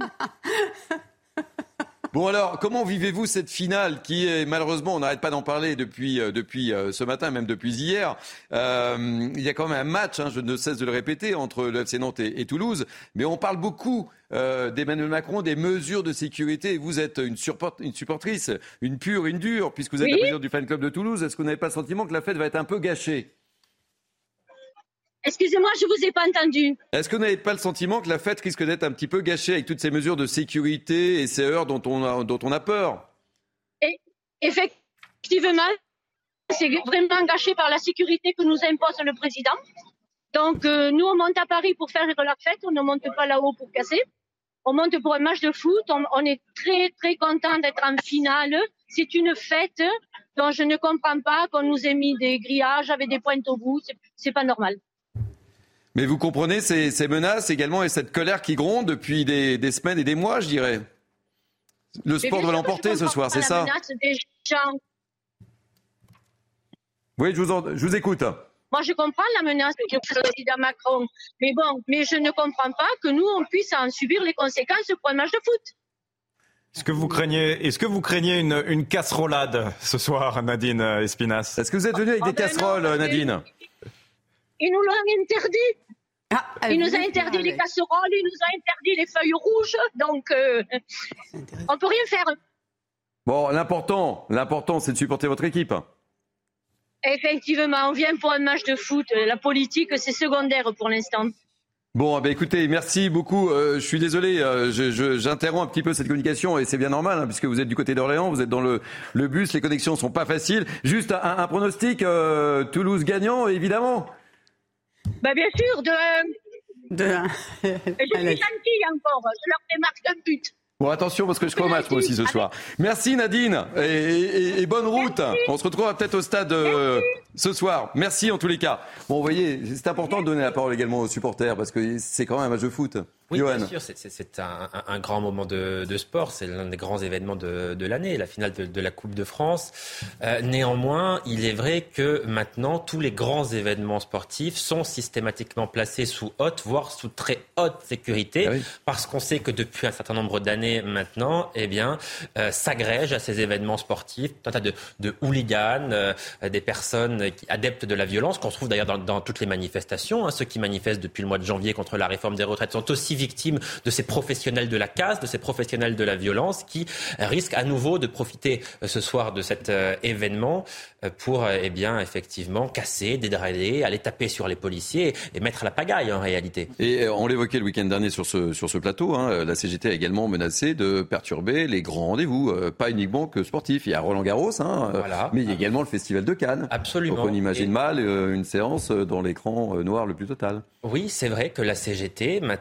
Bon alors, comment vivez-vous cette finale qui est, malheureusement, on n'arrête pas d'en parler depuis ce matin, même depuis hier. Il y a quand même un match, je ne cesse de le répéter, entre le FC Nantes et Toulouse. Mais on parle beaucoup d'Emmanuel Macron, des mesures de sécurité. Vous êtes une supportrice, une pure, une dure, puisque vous êtes la présidente du fan club de Toulouse. Est-ce que vous n'avez pas le sentiment que la fête va être un peu gâchée ? Excusez-moi, je vous ai pas entendu. Est-ce que vous n'avez pas le sentiment que la fête risque d'être un petit peu gâchée avec toutes ces mesures de sécurité et ces heures dont on a peur ? Et effectivement, c'est vraiment gâché par la sécurité que nous impose le président. Donc, nous, on monte à Paris pour faire la fête, on ne monte pas là-haut pour casser. On monte pour un match de foot, on est très, très content d'être en finale. C'est une fête dont je ne comprends pas qu'on nous ait mis des grillages avec des pointes au bout, c'est pas normal. Mais vous comprenez ces menaces également et cette colère qui gronde depuis des semaines et des mois, je dirais. Le sport doit l'emporter ce soir, c'est ça ? Oui, je vous écoute. Moi, je comprends la menace du président Macron, mais je ne comprends pas que nous, on puisse en subir les conséquences pour un match de foot. Est-ce que vous craignez une casserolade ce soir, Nadine Espinasse ? Est-ce que vous êtes venue avec des casseroles, Nadine ? Il nous l'a interdit. Il nous a interdit les casseroles, il nous a interdit les feuilles rouges, donc on peut rien faire. Bon, l'important, c'est de supporter votre équipe. Effectivement, on vient pour un match de foot. La politique, c'est secondaire pour l'instant. Bon, écoutez, merci beaucoup. Je suis désolé, j'interromps un petit peu cette communication et c'est bien normal, puisque vous êtes du côté d'Orléans, vous êtes dans le bus, les connexions sont pas faciles. Juste un pronostic, Toulouse gagnant, évidemment. Bien sûr, de 1. Je suis gentille encore, je leur fais marque d'un but. Bon, attention, parce que je serai au match, moi aussi, ce soir. Merci, Nadine, et bonne route. Merci. On se retrouvera peut-être au stade ce soir. Merci, en tous les cas. Bon, vous voyez, c'est important de donner la parole également aux supporters, parce que c'est quand même un match de foot. Oui, Johan. Bien sûr, c'est un grand moment de sport, c'est l'un des grands événements de l'année, la finale de la Coupe de France. Néanmoins, il est vrai que maintenant, tous les grands événements sportifs sont systématiquement placés sous haute, voire sous très haute sécurité, parce qu'on sait que depuis un certain nombre d'années maintenant, s'agrègent à ces événements sportifs un tas de hooligans, des personnes adeptes de la violence, qu'on trouve d'ailleurs dans toutes les manifestations. Ceux qui manifestent depuis le mois de janvier contre la réforme des retraites sont aussi victimes de ces professionnels de la casse, de ces professionnels de la violence qui risquent à nouveau de profiter ce soir de cet événement pour effectivement casser, dégrader, aller taper sur les policiers et mettre à la pagaille en réalité. Et on l'évoquait le week-end dernier sur ce plateau, la CGT a également menacé de perturber les grands rendez-vous, pas uniquement que sportifs. Il y a Roland-Garros, mais il y a également le Festival de Cannes. Absolument. Donc on imagine mal une séance dans l'écran noir le plus total. Oui, c'est vrai que la CGT maintenant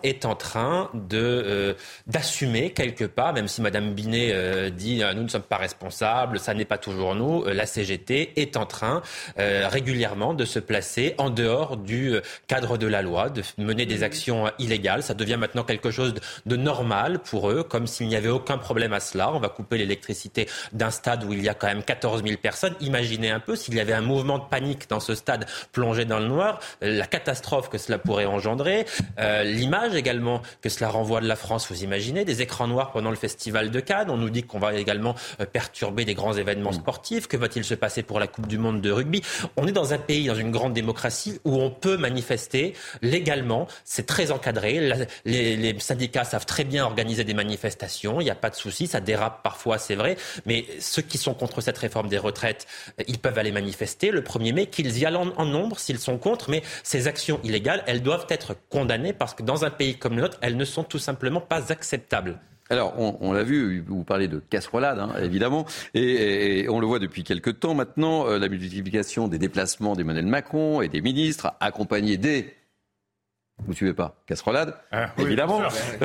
est en train d'assumer quelque part, même si Madame Binet dit nous ne sommes pas responsables, ça n'est pas toujours nous, la CGT est en train régulièrement de se placer en dehors du cadre de la loi, de mener des actions illégales. Ça devient maintenant quelque chose de normal pour eux, comme s'il n'y avait aucun problème à cela. On va couper l'électricité d'un stade où il y a quand même 14 000 personnes. Imaginez un peu s'il y avait un mouvement de panique dans ce stade plongé dans le noir, la catastrophe que cela pourrait engendrer, l'image également que cela renvoie de la France. Vous imaginez des écrans noirs pendant le festival de Cannes. On nous dit qu'on va également perturber des grands événements sportifs. Que va-t-il se passer pour la Coupe du Monde de rugby? On est dans un pays, dans une grande démocratie où on peut manifester légalement. C'est très encadré. Les syndicats savent très bien organiser des manifestations. Il n'y a pas de souci. Ça dérape parfois, c'est vrai. Mais ceux qui sont contre cette réforme des retraites, ils peuvent aller manifester le 1er mai, qu'ils y allent en nombre s'ils sont contre. Mais ces actions illégales, elles doivent être condamnées parce que dans un pays comme le nôtre, elles ne sont tout simplement pas acceptables. Alors, on l'a vu, vous parlez de casserolade, évidemment, et on le voit depuis quelques temps maintenant, la multiplication des déplacements d'Emmanuel Macron et des ministres, accompagnés des... Vous ne suivez pas? Casserolade, évidemment.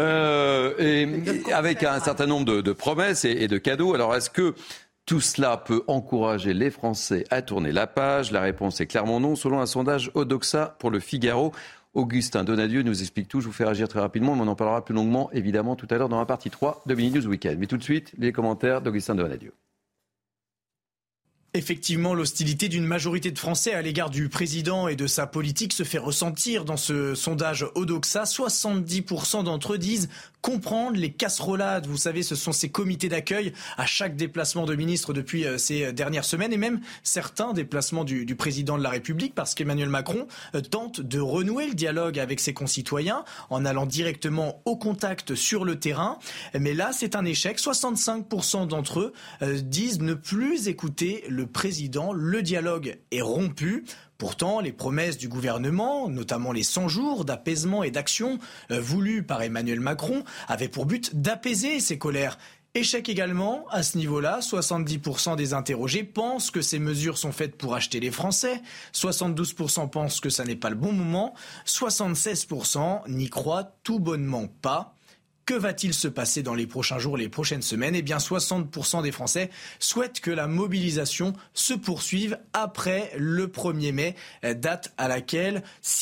Et avec un certain nombre de promesses et de cadeaux. Alors, est-ce que tout cela peut encourager les Français à tourner la page? La réponse est clairement non, selon un sondage Odoxa pour le Figaro. Augustin Donadieu nous explique tout. Je vous fais réagir très rapidement, mais on en parlera plus longuement, évidemment, tout à l'heure dans la partie 3 de Mini News Weekend. Mais tout de suite, les commentaires d'Augustin Donadieu. Effectivement, l'hostilité d'une majorité de Français à l'égard du président et de sa politique se fait ressentir dans ce sondage Odoxa. 70% d'entre eux disent comprendre les casserolades. Vous savez, ce sont ces comités d'accueil à chaque déplacement de ministre depuis ces dernières semaines et même certains déplacements du président de la République parce qu'Emmanuel Macron tente de renouer le dialogue avec ses concitoyens en allant directement au contact sur le terrain. Mais là, c'est un échec. 65% d'entre eux disent ne plus écouter le président. Le dialogue est rompu. Pourtant, les promesses du gouvernement, notamment les 100 jours d'apaisement et d'action voulus par Emmanuel Macron, avaient pour but d'apaiser ces colères. Échec également, à ce niveau-là, 70% des interrogés pensent que ces mesures sont faites pour acheter les Français, 72% pensent que ça n'est pas le bon moment, 76% n'y croient tout bonnement pas. Que va-t-il se passer dans les prochains jours, les prochaines semaines? Eh bien, 60% des Français souhaitent que la mobilisation se poursuive après le 1er mai, date à laquelle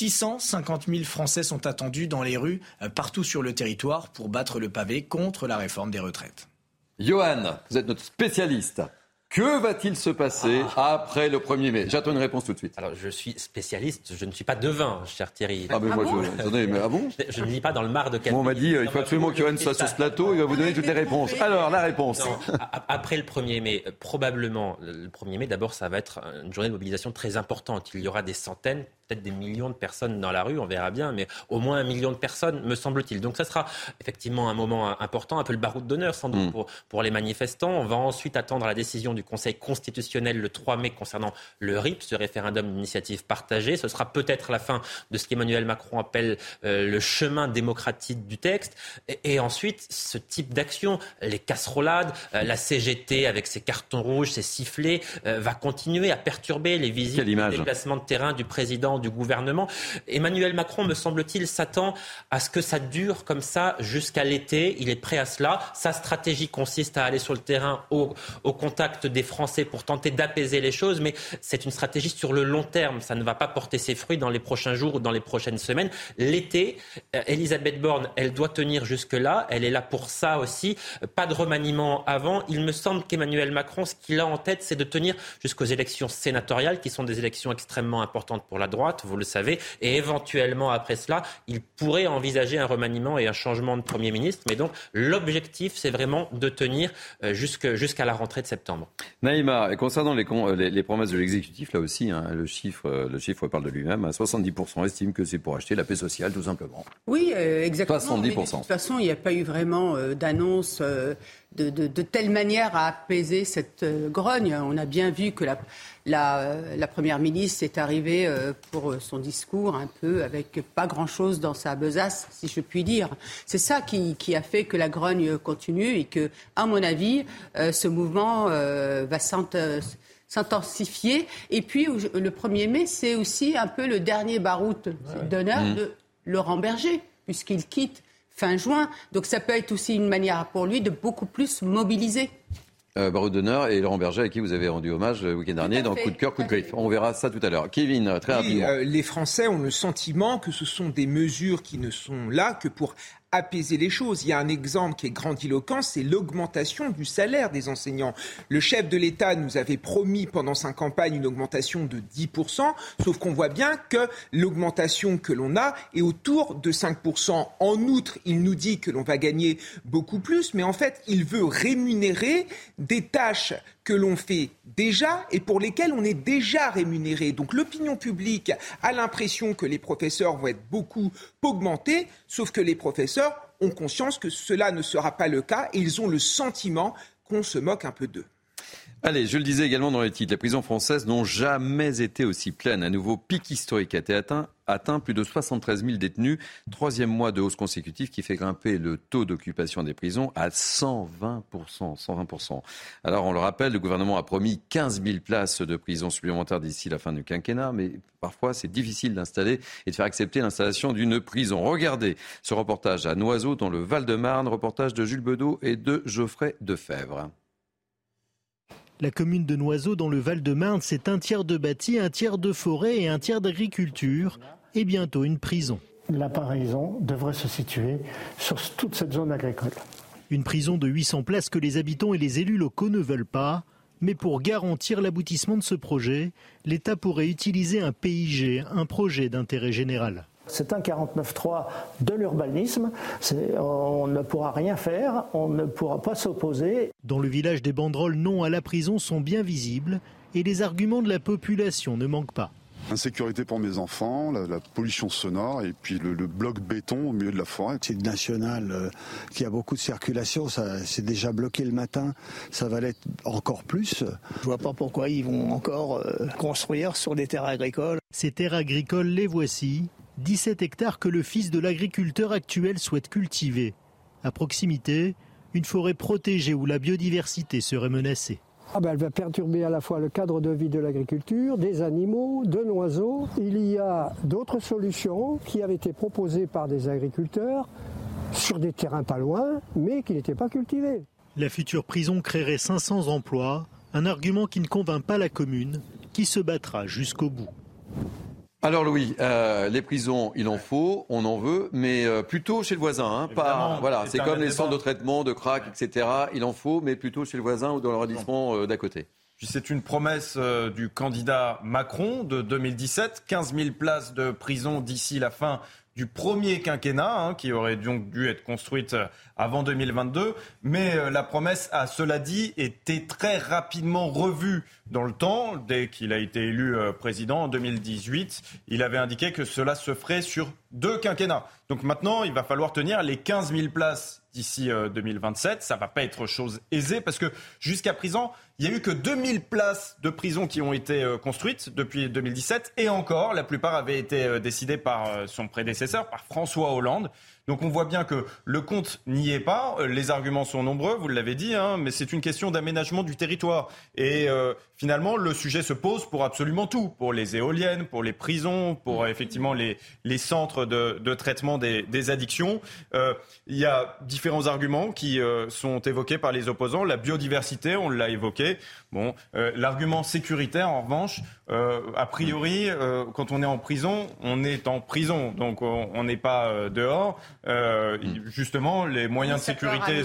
650 000 Français sont attendus dans les rues partout sur le territoire pour battre le pavé contre la réforme des retraites. Johan, vous êtes notre spécialiste. Que va-t-il se passer après le 1er mai? J'attends une réponse tout de suite. Alors, je suis spécialiste, je ne suis pas devin, cher Thierry. Ah, mais moi, attendez, mais bon? Je ne lis pas dans le mar de Camille. On m'a dit, il faut absolument que Johan soit sur ce plateau, il va vous donner toutes les réponses. Alors, la réponse. Non, après le 1er mai, probablement, le 1er mai, d'abord, ça va être une journée de mobilisation très importante. Il y aura des centaines, peut-être des millions de personnes dans la rue, on verra bien, mais au moins 1 million de personnes, me semble-t-il. Donc ça sera effectivement un moment important, un peu le baroud d'honneur sans doute pour les manifestants. On va ensuite attendre la décision du Conseil constitutionnel le 3 mai concernant le RIP, ce référendum d'initiative partagée. Ce sera peut-être la fin de ce qu'Emmanuel Macron appelle le chemin démocratique du texte. Et ensuite, ce type d'action, les casserolades, la CGT avec ses cartons rouges, ses sifflets, va continuer à perturber les visites, les déplacements de terrain du président, du gouvernement. Emmanuel Macron, me semble-t-il, s'attend à ce que ça dure comme ça jusqu'à l'été. Il est prêt à cela. Sa stratégie consiste à aller sur le terrain au contact des Français pour tenter d'apaiser les choses, mais c'est une stratégie sur le long terme. Ça ne va pas porter ses fruits dans les prochains jours ou dans les prochaines semaines. L'été, Elisabeth Borne, elle doit tenir jusque-là. Elle est là pour ça aussi. Pas de remaniement avant. Il me semble qu'Emmanuel Macron, ce qu'il a en tête, c'est de tenir jusqu'aux élections sénatoriales, qui sont des élections extrêmement importantes pour la droite, vous le savez. Et éventuellement, après cela, il pourrait envisager un remaniement et un changement de Premier ministre. Mais donc, l'objectif, c'est vraiment de tenir jusqu'à la rentrée de septembre. Naïma, concernant les promesses de l'exécutif, là aussi, le chiffre parle de lui-même. 70% estiment que c'est pour acheter la paix sociale, tout simplement. Oui, exactement. 70%. Mais de toute façon, il n'y a pas eu vraiment d'annonce de telle manière à apaiser cette grogne. On a bien vu que la Première ministre est arrivée pour son discours un peu avec pas grand-chose dans sa besace, si je puis dire. C'est ça qui a fait que la grogne continue et que, à mon avis, ce mouvement va s'intensifier. Et puis, le 1er mai, c'est aussi un peu le dernier baroud d'honneur de Laurent Berger. puisqu'il quitte fin juin. Donc ça peut être aussi une manière pour lui de beaucoup plus mobiliser. Baroud d'honneur et Laurent Berger, à qui vous avez rendu hommage le week-end dernier dans Coup de cœur, coup de griffe. On verra ça tout à l'heure. Kevin, très rapidement. Les Français ont le sentiment que ce sont des mesures qui ne sont là que pour apaiser les choses. Il y a un exemple qui est grandiloquent, c'est l'augmentation du salaire des enseignants. Le chef de l'État nous avait promis pendant sa campagne une augmentation de 10%, sauf qu'on voit bien que l'augmentation que l'on a est autour de 5%. En outre, il nous dit que l'on va gagner beaucoup plus, mais en fait, il veut rémunérer des tâches que l'on fait déjà et pour lesquelles on est déjà rémunéré. Donc l'opinion publique a l'impression que les professeurs vont être beaucoup augmentés, sauf que les professeurs ont conscience que cela ne sera pas le cas et ils ont le sentiment qu'on se moque un peu d'eux. Allez, je le disais également dans les titres, les prisons françaises n'ont jamais été aussi pleines. Un nouveau pic historique a été atteint plus de 73 000 détenus. 3e mois de hausse consécutive qui fait grimper le taux d'occupation des prisons à 120%. Alors, on le rappelle, le gouvernement a promis 15 000 places de prison supplémentaires d'ici la fin du quinquennat, mais parfois c'est difficile d'installer et de faire accepter l'installation d'une prison. Regardez ce reportage à Noiseau dans le Val-de-Marne, reportage de Jules Bedeau et de Geoffrey Defebvre. La commune de Noiseau, dans le Val-de-Marne, c'est un tiers de bâti, un tiers de forêt et un tiers d'agriculture, et bientôt une prison. La prison devrait se situer sur toute cette zone agricole. Une prison de 800 places que les habitants et les élus locaux ne veulent pas. Mais pour garantir l'aboutissement de ce projet, l'État pourrait utiliser un PIG, un projet d'intérêt général. C'est un 49.3 de l'urbanisme, on ne pourra rien faire, on ne pourra pas s'opposer. Dans le village, des banderoles non à la prison sont bien visibles et les arguments de la population ne manquent pas. Insécurité pour mes enfants, la pollution sonore et puis le bloc béton au milieu de la forêt. C'est une nationale qui a beaucoup de circulation, c'est déjà bloqué le matin, ça va l'être encore plus. Je vois pas pourquoi ils vont encore construire sur des terres agricoles. Ces terres agricoles, les voici. 17 hectares que le fils de l'agriculteur actuel souhaite cultiver. À proximité, une forêt protégée où la biodiversité serait menacée. Elle va perturber à la fois le cadre de vie de l'agriculture, des animaux, de l'oiseau. Il y a d'autres solutions qui avaient été proposées par des agriculteurs sur des terrains pas loin, mais qui n'étaient pas cultivés. La future prison créerait 500 emplois, un argument qui ne convainc pas la commune, qui se battra jusqu'au bout. Alors Louis, les prisons, il en faut, on en veut, mais plutôt chez le voisin. C'est comme les centres de traitement, de crack, etc. Il en faut, mais plutôt chez le voisin ou dans l'arrondissement d'à côté. Puis c'est une promesse du candidat Macron de 2017, 15 000 places de prison d'ici la fin du premier quinquennat, qui aurait donc dû être construite avant 2022. Mais la promesse a, cela dit, été très rapidement revue dans le temps. Dès qu'il a été élu président en 2018, il avait indiqué que cela se ferait sur 2 quinquennats. Donc maintenant, il va falloir tenir les 15 000 places d'ici 2027. Ça ne va pas être chose aisée parce que jusqu'à présent, il n'y a eu que 2000 places de prison qui ont été construites depuis 2017. Et encore, la plupart avaient été décidées par son prédécesseur, par François Hollande. Donc on voit bien que le compte n'y est pas. Les arguments sont nombreux, vous l'avez dit, mais c'est une question d'aménagement du territoire. Et finalement, le sujet se pose pour absolument tout. Pour les éoliennes, pour les prisons, pour effectivement les centres de traitement des addictions. Il y a différents arguments qui sont évoqués par les opposants. La biodiversité, on l'a évoqué. L'argument sécuritaire, en revanche, a priori, quand on est en prison, on est en prison. Donc on n'est pas dehors. Justement, les moyens de sécurité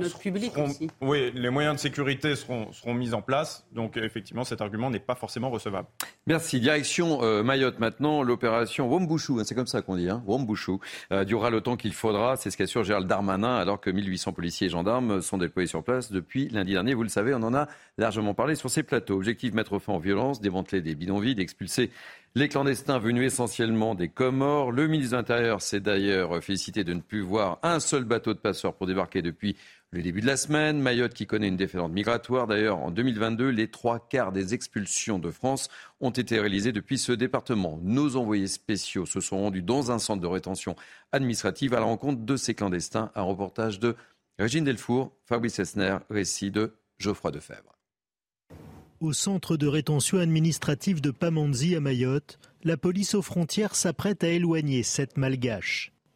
les moyens de sécurité seront mis en place. Donc effectivement, cet argument n'est pas forcément recevable. Merci. Direction Mayotte maintenant, l'opération Wambushu, c'est comme ça qu'on dit, Wambushu, durera le temps qu'il faudra. C'est ce qu'assure Gérald Darmanin, alors que 1800 policiers et gendarmes sont déployés sur place depuis lundi dernier. Vous le savez, on en a largement parlé sur ces plateaux. Objectif, mettre fin aux violences, démanteler des bidonvilles, expulser les clandestins venus essentiellement des Comores. Le ministre de l'Intérieur s'est d'ailleurs félicité de ne plus voir un seul bateau de passeurs pour débarquer depuis le début de la semaine. Mayotte qui connaît une déferlante migratoire. D'ailleurs, en 2022, les 3/4 des expulsions de France ont été réalisées depuis ce département. Nos envoyés spéciaux se sont rendus dans un centre de rétention administrative à la rencontre de ces clandestins. Un reportage de Régine Delfour, Fabrice Elsner, récit de Geoffroy Defebvre. Au centre de rétention administrative de Pamandzi à Mayotte, la police aux frontières s'apprête à éloigner 7 malgaches.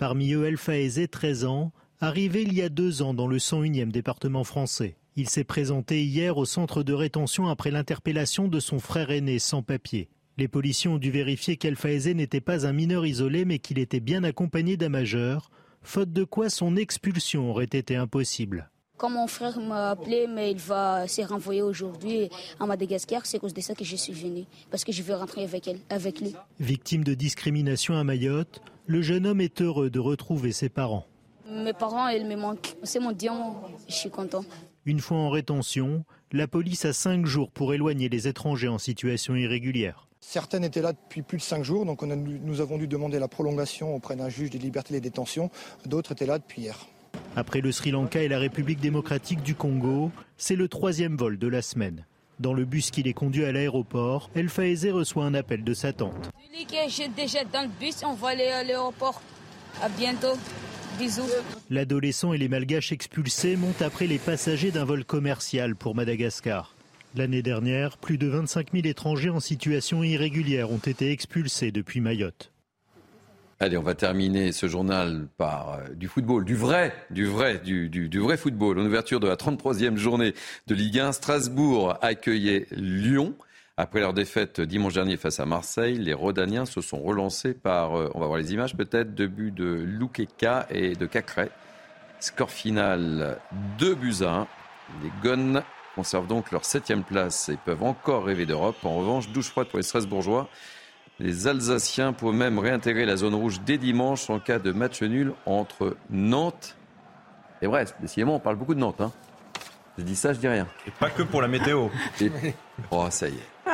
Parmi eux, Elfa Eze, 13 ans, arrivé il y a 2 ans dans le 101e département français. Il s'est présenté hier au centre de rétention après l'interpellation de son frère aîné sans papier. Les policiers ont dû vérifier qu'Elfa Eze n'était pas un mineur isolé mais qu'il était bien accompagné d'un majeur, faute de quoi son expulsion aurait été impossible. Quand mon frère m'a appelé, mais il va se renvoyer aujourd'hui à Madagascar, c'est à cause de ça que je suis venue, parce que je veux rentrer avec lui. Victime de discrimination à Mayotte, le jeune homme est heureux de retrouver ses parents. Mes parents, ils me manquent. C'est mon diamant, je suis content. Une fois en rétention, la police a 5 jours pour éloigner les étrangers en situation irrégulière. Certaines étaient là depuis plus de 5 jours, donc nous avons dû demander la prolongation auprès d'un juge des libertés et des détentions. D'autres étaient là depuis hier. Après le Sri Lanka et la République démocratique du Congo, c'est le 3e vol de la semaine. Dans le bus qui les conduit à l'aéroport, Elfa Eze reçoit un appel de sa tante. Je déjà dans le bus, on va aller à l'aéroport. À bientôt. Bisous. L'adolescent et les malgaches expulsés montent après les passagers d'un vol commercial pour Madagascar. L'année dernière, plus de 25 000 étrangers en situation irrégulière ont été expulsés depuis Mayotte. Allez, on va terminer ce journal par du football, du vrai football. En ouverture de la 33e journée de Ligue 1, Strasbourg accueillait Lyon. Après leur défaite dimanche dernier face à Marseille, les Rhodaniens se sont relancés par, on va voir les images peut-être, 2 buts de Loukeka et de Cacré. Score final 2-1. Les Gones conservent donc leur 7e place et peuvent encore rêver d'Europe. En revanche, douche froide pour les Strasbourgeois. Les Alsaciens pourraient même réintégrer la zone rouge dès dimanche en cas de match nul entre Nantes et Brest. Décidément, on parle beaucoup de Nantes. Hein. Je dis ça, je dis rien. Et pas que pour la météo. Oh, ça y est.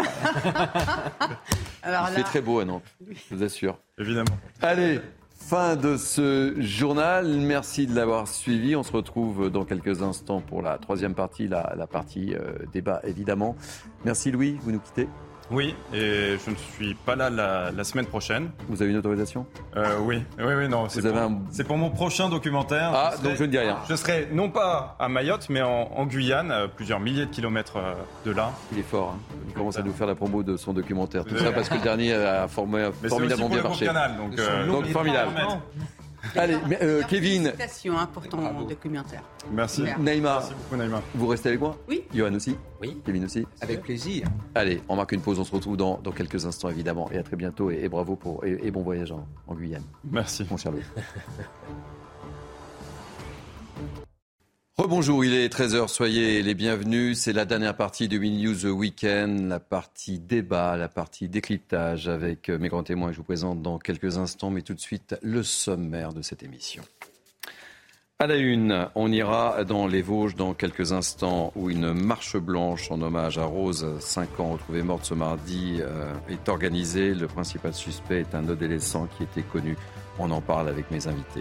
Il fait très beau à Nantes, je vous assure. Évidemment. Allez, fin de ce journal. Merci de l'avoir suivi. On se retrouve dans quelques instants pour la 3e partie, la partie débat, évidemment. Merci Louis, vous nous quittez. Oui, et je ne suis pas là la semaine prochaine. Vous avez une autorisation ? Oui, non. C'est pour mon prochain documentaire. Ah, donc je ne dis rien. Je serai non pas à Mayotte, mais en Guyane, plusieurs milliers de kilomètres de là. Il est fort, hein. Il commence à nous faire la promo de son documentaire. Tout ça parce que le dernier a formidablement bien marché. Donc formidable. Allez, Kevin. Félicitations pour ton documentaire. Merci. Neymar. Merci beaucoup, Neymar. Vous restez avec moi ? Oui. Johan aussi ? Oui. Kevin aussi ? Avec plaisir. Allez, on marque une pause, on se retrouve dans quelques instants évidemment. Et à très bientôt et bravo et bon voyage en Guyane. Merci. Mon cher Louis. Rebonjour, il est 13h, soyez les bienvenus. C'est la dernière partie de Win News Weekend, la partie débat, la partie décryptage avec mes grands témoins que je vous présente dans quelques instants. Mais tout de suite, le sommaire de cette émission. À la une, on ira dans les Vosges dans quelques instants où une marche blanche en hommage à Rose, 5 ans, retrouvée morte ce mardi, est organisée. Le principal suspect est un adolescent qui était connu. On en parle avec mes invités.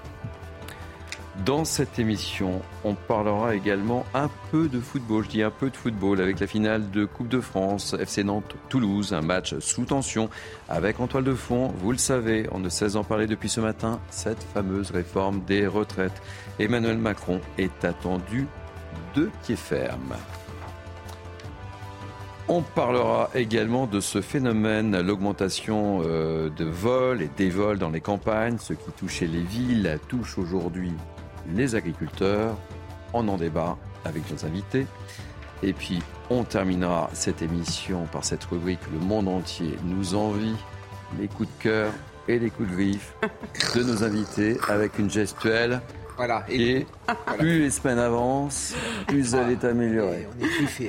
Dans cette émission, on parlera également un peu de football. Je dis un peu de football avec la finale de Coupe de France, FC Nantes-Toulouse, un match sous tension avec en toile de fond, vous le savez, on ne cesse d'en parler depuis ce matin, cette fameuse réforme des retraites. Emmanuel Macron est attendu de pied ferme. On parlera également de ce phénomène, l'augmentation de vols et dévols dans les campagnes. Ce qui touchait les villes touche aujourd'hui les agriculteurs. On en débat avec nos invités. Et puis, on terminera cette émission par cette rubrique « Le monde entier nous envie », les coups de cœur et les coups de griffe de nos invités avec une gestuelle. Voilà. Et plus les semaines avancent, plus elle est améliorée. On est plus fiers.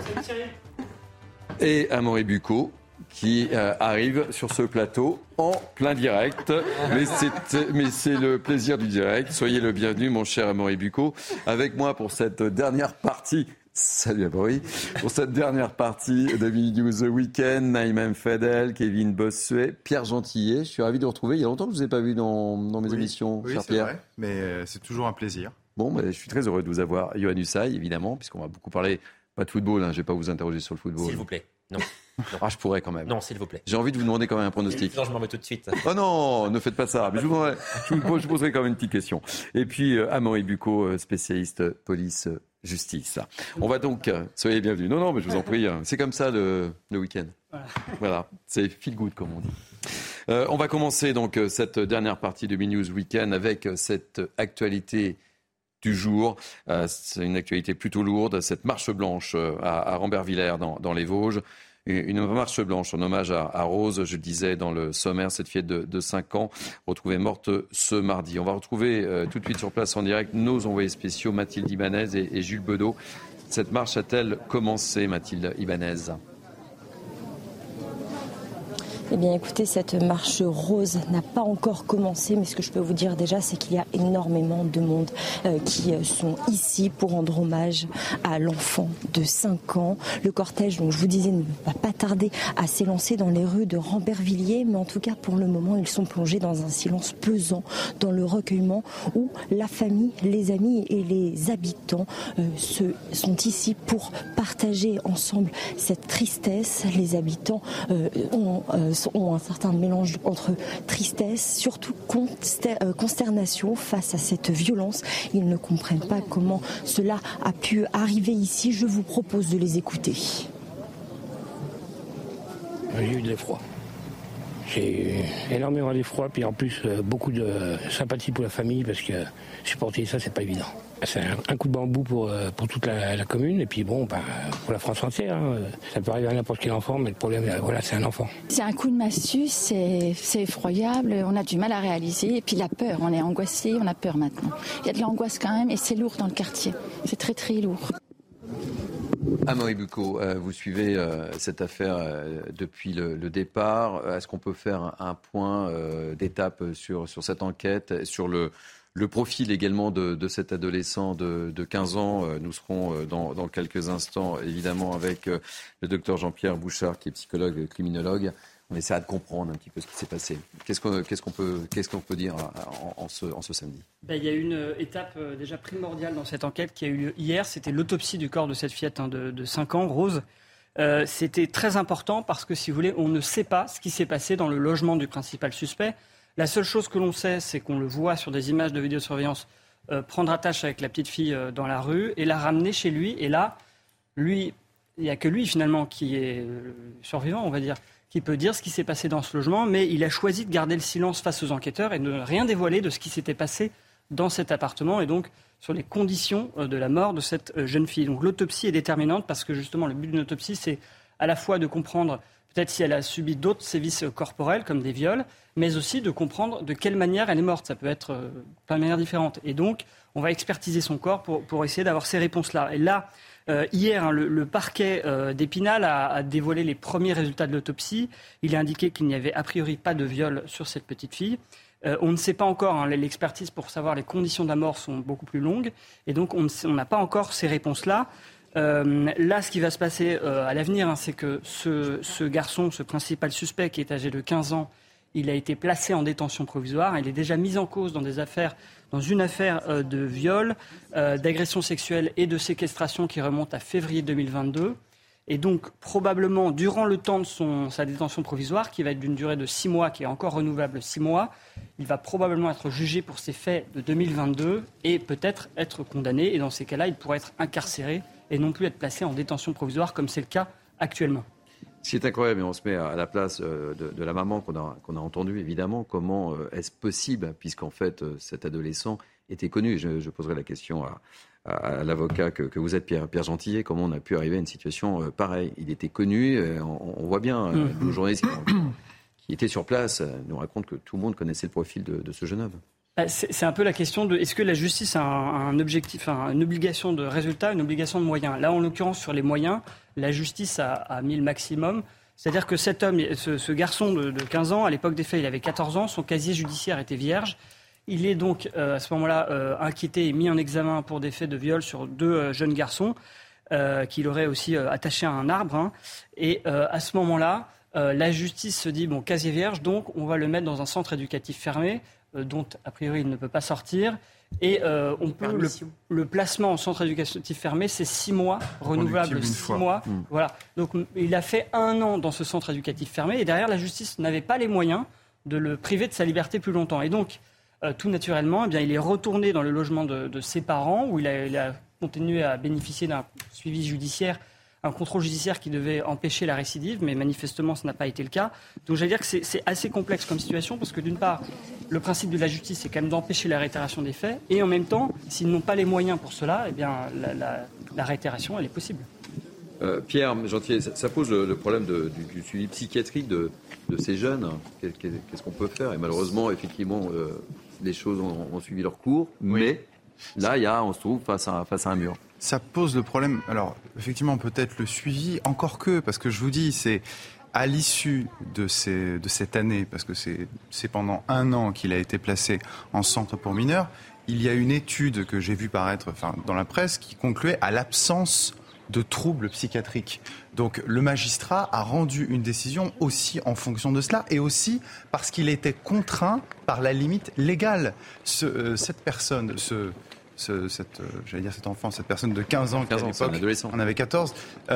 Et Amaury Bucco qui arrive sur ce plateau en plein direct. Mais c'est le plaisir du direct. Soyez le bienvenu, mon cher Amaury Bucco, avec moi pour cette dernière partie. Salut Amaury. Pour cette dernière partie de Win News Weekend, Naïm Fadel, Kevin Bossuet, Pierre Gentillet. Je suis ravi de vous retrouver. Il y a longtemps que je ne vous ai pas vu dans mes émissions, cher Pierre. Oui, c'est vrai, mais c'est toujours un plaisir. Bon, je suis très heureux de vous avoir. Yohann Usaï, évidemment, puisqu'on va beaucoup parler, pas de football, je ne vais pas vous interroger sur le football. S'il vous plaît, non. Ah, je pourrais quand même. Non, s'il vous plaît. J'ai envie de vous demander quand même un pronostic. Non, je m'en mets tout de suite. Oh non, ne faites pas ça. Mais je vous poserai quand même une petite question. Et puis, Amaury Bucco, spécialiste police-justice. On va donc, soyez bienvenus. Non, mais je vous en prie, c'est comme ça le week-end. Voilà, c'est feel good comme on dit. On va commencer donc cette dernière partie de Minnews Weekend avec cette actualité du jour. C'est une actualité plutôt lourde, cette marche blanche à Rambervillers dans les Vosges. Une marche blanche en hommage à Rose, je le disais dans le sommaire, cette fillette de 5 ans retrouvée morte ce mardi. On va retrouver tout de suite sur place en direct nos envoyés spéciaux Mathilde Ibanez et Jules Bedeau. Cette marche a-t-elle commencé, Mathilde Ibanez ? Eh bien, écoutez, cette marche rose n'a pas encore commencé, mais ce que je peux vous dire déjà, c'est qu'il y a énormément de monde qui sont ici pour rendre hommage à l'enfant de 5 ans. Le cortège, donc je vous disais, ne va pas tarder à s'élancer dans les rues de Rambervillers, mais en tout cas, pour le moment, ils sont plongés dans un silence pesant, dans le recueillement où la famille, les amis et les habitants sont ici pour partager ensemble cette tristesse. Les habitants ont un certain mélange entre tristesse, surtout consternation face à cette violence. Ils ne comprennent pas comment cela a pu arriver ici. Je vous propose de les écouter. J'ai eu de l'effroi. J'ai énormément d'effroi, puis en plus beaucoup de sympathie pour la famille, parce que supporter ça, c'est pas évident. C'est un coup de bambou pour toute la commune, et puis bon, pour la France entière. Ça peut arriver à n'importe quel enfant, mais le problème, voilà, c'est un enfant. C'est un coup de massue, c'est effroyable, on a du mal à réaliser, et puis la peur, on est angoissé, on a peur maintenant. Il y a de l'angoisse quand même, et c'est lourd dans le quartier. C'est très très lourd. Amaury Bucco, vous suivez cette affaire depuis le départ. Est-ce qu'on peut faire un point d'étape sur cette enquête, sur le profil également de cet adolescent de 15 ans? Nous serons dans quelques instants, évidemment, avec le docteur Jean-Pierre Bouchard, qui est psychologue, criminologue. On essaiera de comprendre un petit peu ce qui s'est passé. Qu'est-ce qu'on peut dire en ce samedi ? Il y a une étape déjà primordiale dans cette enquête qui a eu lieu hier. C'était l'autopsie du corps de cette fillette de 5 ans, Rose. C'était très important parce que, si vous voulez, on ne sait pas ce qui s'est passé dans le logement du principal suspect. La seule chose que l'on sait, c'est qu'on le voit sur des images de vidéosurveillance prendre attache avec la petite fille dans la rue et la ramener chez lui. Et là, il n'y a que lui, finalement, qui est survivant, on va dire, qui peut dire ce qui s'est passé dans ce logement, mais il a choisi de garder le silence face aux enquêteurs et de ne rien dévoiler de ce qui s'était passé dans cet appartement et donc sur les conditions de la mort de cette jeune fille. Donc l'autopsie est déterminante parce que justement le but d'une autopsie, c'est à la fois de comprendre peut-être si elle a subi d'autres sévices corporels comme des viols, mais aussi de comprendre de quelle manière elle est morte. Ça peut être plein de manières différentes. Et donc on va expertiser son corps pour essayer d'avoir ces réponses-là. Et là, hier, le parquet d'Épinal a dévoilé les premiers résultats de l'autopsie. Il a indiqué qu'il n'y avait a priori pas de viol sur cette petite fille. On ne sait pas encore, l'expertise pour savoir les conditions de la mort sont beaucoup plus longues. Et donc on n'a pas encore ces réponses-là. Là, ce qui va se passer à l'avenir, c'est que ce garçon, ce principal suspect qui est âgé de 15 ans, il a été placé en détention provisoire. Il est déjà mis en cause dans une affaire de viol, d'agression sexuelle et de séquestration qui remonte à février 2022. Et donc, probablement, durant le temps de sa détention provisoire, qui va être d'une durée de 6 mois, qui est encore renouvelable 6 mois, il va probablement être jugé pour ces faits de 2022 et peut-être être condamné. Et dans ces cas-là, il pourrait être incarcéré et non plus être placé en détention provisoire, comme c'est le cas actuellement. Ce qui est incroyable, et on se met à la place de la maman qu'on a entendue, évidemment, comment est-ce possible, puisqu'en fait, cet adolescent était connu. Je poserai la question à l'avocat que vous êtes, Pierre Gentillet, comment on a pu arriver à une situation pareille. Il était connu, on voit bien, nos journalistes qui étaient sur place nous racontent que tout le monde connaissait le profil de ce jeune homme. C'est un peu la question de est-ce que la justice a un objectif, une obligation de résultat, une obligation de moyens. Là, en l'occurrence, sur les moyens, la justice a mis le maximum. C'est-à-dire que cet homme, ce garçon de 15 ans, à l'époque des faits, il avait 14 ans, son casier judiciaire était vierge. Il est donc, à ce moment-là, inquiété et mis en examen pour des faits de viol sur 2 jeunes garçons qu'il aurait aussi attachés à un arbre. Et à ce moment-là, la justice se dit, casier vierge, donc on va le mettre dans un centre éducatif fermé, dont a priori il ne peut pas sortir. Et le placement en centre éducatif fermé, c'est 6 mois, renouvelable 6 mois. Voilà. Donc il a fait 1 an dans ce centre éducatif fermé et derrière la justice n'avait pas les moyens de le priver de sa liberté plus longtemps. Et donc, tout naturellement, il est retourné dans le logement de ses parents où il a continué à bénéficier d'un suivi judiciaire un contrôle judiciaire qui devait empêcher la récidive, mais manifestement, ce n'a pas été le cas. Donc, j'allais dire que c'est assez complexe comme situation, parce que d'une part, le principe de la justice, c'est quand même d'empêcher la réitération des faits, et en même temps, s'ils n'ont pas les moyens pour cela, eh bien, la réitération, elle est possible. Pierre Gentil, ça pose le problème du suivi psychiatrique de ces jeunes. Qu'est-ce qu'on peut faire ? Et malheureusement, effectivement, les choses ont suivi leur cours, mais là, on se trouve face à un mur. Ça pose le problème, alors effectivement peut-être le suivi, encore que, parce que je vous dis, c'est à l'issue de cette année, parce que c'est pendant 1 an qu'il a été placé en centre pour mineurs, il y a une étude que j'ai vue paraître dans la presse qui concluait à l'absence de troubles psychiatriques. Donc le magistrat a rendu une décision aussi en fonction de cela et aussi parce qu'il était contraint par la limite légale. Cette personne, cet enfant, cette personne de 15 ans qui à l'époque en avait 14,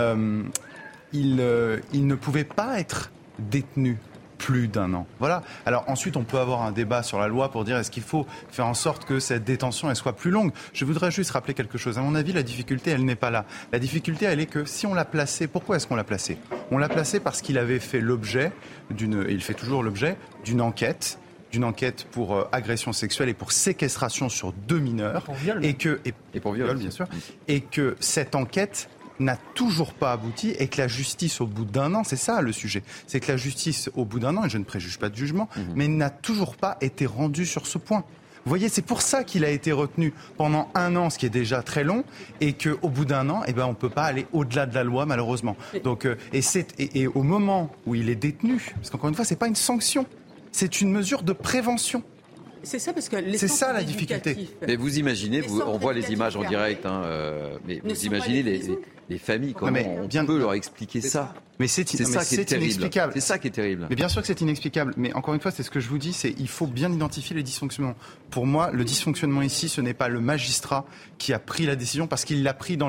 il ne pouvait pas être détenu plus d'1 an. Voilà. Alors ensuite, on peut avoir un débat sur la loi pour dire est-ce qu'il faut faire en sorte que cette détention elle soit plus longue. Je voudrais juste rappeler quelque chose. À mon avis, la difficulté, elle n'est pas là. La difficulté, elle est que si on l'a placé, pourquoi est-ce qu'on l'a placé ? On l'a placé parce qu'il avait fait l'objet il fait toujours l'objet d'une enquête pour agression sexuelle et pour séquestration sur 2 mineurs. Pour viol. Et pour viol, bien sûr. Et que cette enquête n'a toujours pas abouti et que la justice, au bout d'1 an, c'est ça le sujet, c'est que la justice, au bout d'1 an, et je ne préjuge pas de jugement, mais n'a toujours pas été rendue sur ce point. Vous voyez, c'est pour ça qu'il a été retenu pendant 1 an, ce qui est déjà très long, et qu'au bout d'1 an, on ne peut pas aller au-delà de la loi, malheureusement. Donc, et au moment où il est détenu, parce qu'encore une fois, ce n'est pas une sanction, c'est une mesure de prévention. C'est ça, parce que c'est ça la difficulté. Mais vous imaginez, on voit les images en direct, mais vous imaginez les familles, comment on peut leur expliquer ça. Mais c'est ça qui est inexplicable. C'est ça qui est terrible. Mais bien sûr que c'est inexplicable. Mais encore une fois, c'est ce que je vous dis, il faut bien identifier les dysfonctionnements. Pour moi, le dysfonctionnement ici, ce n'est pas le magistrat qui a pris la décision parce qu'il l'a pris dans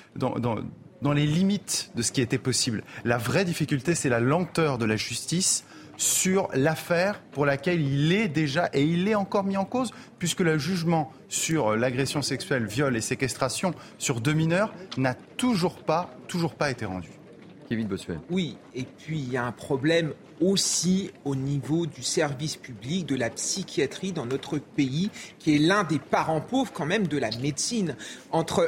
les limites de ce qui était possible. La vraie difficulté, c'est la lenteur de la justice sur l'affaire pour laquelle il est déjà, et il est encore mis en cause, puisque le jugement sur l'agression sexuelle, viol et séquestration sur 2 mineurs n'a toujours pas été rendu. Kevin Bossuet. Oui, et puis il y a un problème aussi au niveau du service public, de la psychiatrie dans notre pays, qui est l'un des parents pauvres quand même de la médecine. Entre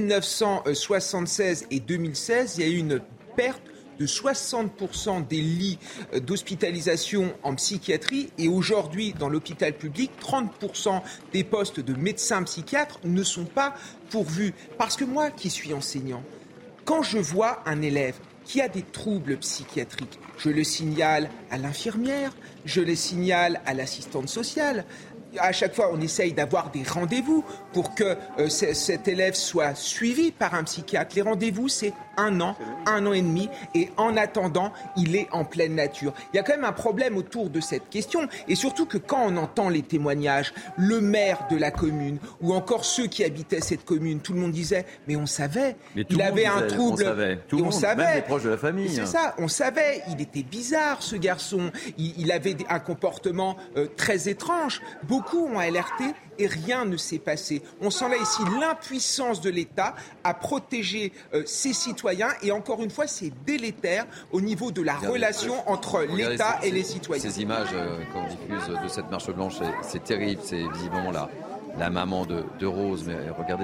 1976 et 2016, il y a eu une perte de 60% des lits d'hospitalisation en psychiatrie, et aujourd'hui, dans l'hôpital public, 30% des postes de médecins psychiatres ne sont pas pourvus. Parce que moi, qui suis enseignant, quand je vois un élève qui a des troubles psychiatriques, je le signale à l'infirmière, je le signale à l'assistante sociale. À chaque fois, on essaye d'avoir des rendez-vous pour que cet élève soit suivi par un psychiatre. Les rendez-vous, c'est 1 an, 1 an et demi. Et en attendant, il est en pleine nature. Il y a quand même un problème autour de cette question. Et surtout que quand on entend les témoignages, le maire de la commune ou encore ceux qui habitaient cette commune, tout le monde disait « mais on savait, il avait un trouble ». On savait, même les proches de la famille. C'est ça, on savait, il était bizarre ce garçon. Il avait un comportement très étrange. Beaucoup ont alerté et rien ne s'est passé. On sent là ici l'impuissance de l'État à protéger ses citoyens, et encore une fois, c'est délétère au niveau de la relation entre l'État et les citoyens. Ces images qu'on diffuse de cette marche blanche, c'est terrible. C'est visiblement la maman de Rose. Mais regardez,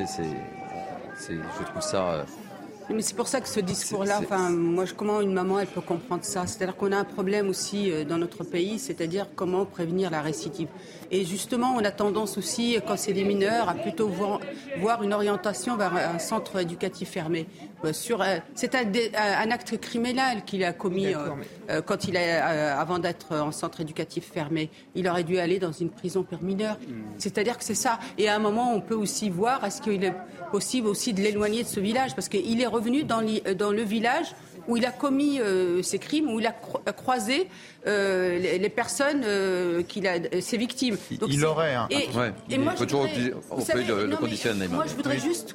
je trouve ça... Mais c'est pour ça que ce discours-là, comment une maman, elle peut comprendre ça ? C'est-à-dire qu'on a un problème aussi dans notre pays, c'est-à-dire comment prévenir la récidive. Et justement, on a tendance aussi, quand c'est des mineurs, à plutôt voir une orientation vers un centre éducatif fermé. C'est un acte criminel qu'il a commis quand avant d'être en centre éducatif fermé. Il aurait dû aller dans une prison pour mineurs. C'est-à-dire que c'est ça. Et à un moment, on peut aussi voir, est-ce qu'il est possible aussi de l'éloigner de ce village ? Parce qu'il est revenu dans le village où il a commis ces crimes, où il a croisé les personnes ses victimes. Donc, il aurait et moi, on peut le conditionner. Moi, je voudrais juste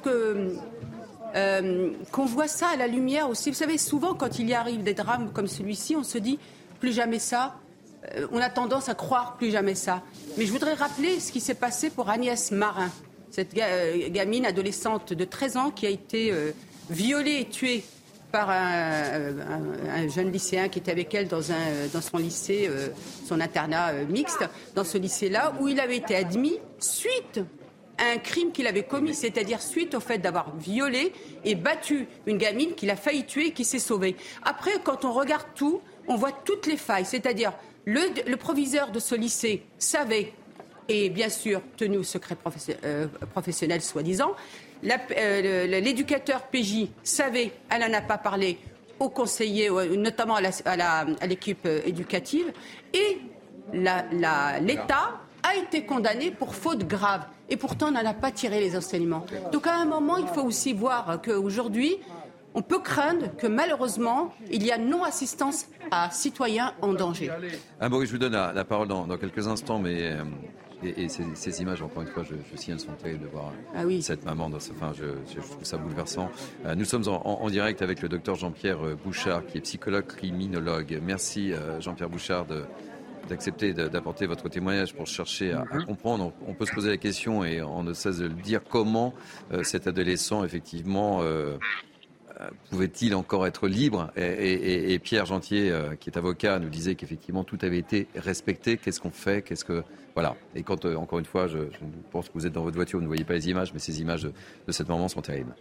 qu'on voit ça à la lumière aussi. Vous savez, souvent, quand il y arrive des drames comme celui-ci, on se dit plus jamais ça. On a tendance à croire plus jamais ça. Mais je voudrais rappeler ce qui s'est passé pour Agnès Marin, cette gamine adolescente de 13 ans qui a été violée et tuée par un jeune lycéen qui était avec elle dans son lycée, son internat mixte, dans ce lycée-là, où il avait été admis suite à un crime qu'il avait commis, c'est-à-dire suite au fait d'avoir violé et battu une gamine qu'il a failli tuer et qui s'est sauvée. Après, quand on regarde tout, on voit toutes les failles, c'est-à-dire le proviseur de ce lycée savait, et bien sûr tenu au secret professionnel soi-disant, l'éducateur PJ savait, elle n'en a pas parlé aux conseillers, notamment à l'équipe éducative, et l'État a été condamné pour faute grave. Et pourtant, on n'en a pas tiré les enseignements. Donc à un moment, il faut aussi voir qu'aujourd'hui, on peut craindre que malheureusement, il y a non-assistance à citoyens en danger. Maurice, je vous donne la parole dans quelques instants, mais et ces images, encore une fois, je signale, sont terribles de voir cette maman. Je trouve ça bouleversant. Nous sommes en direct avec le docteur Jean-Pierre Bouchard, qui est psychologue criminologue. Merci Jean-Pierre Bouchard d'accepter d'apporter votre témoignage pour chercher à comprendre. On peut se poser la question, et on ne cesse de le dire, comment cet adolescent, effectivement, pouvait-il encore être libre ? Et Pierre Gentier, qui est avocat, nous disait qu'effectivement tout avait été respecté. Qu'est-ce qu'on fait ? Voilà. Et quand, encore une fois, je pense que vous êtes dans votre voiture, vous ne voyez pas les images, mais ces images de cette maman sont terribles.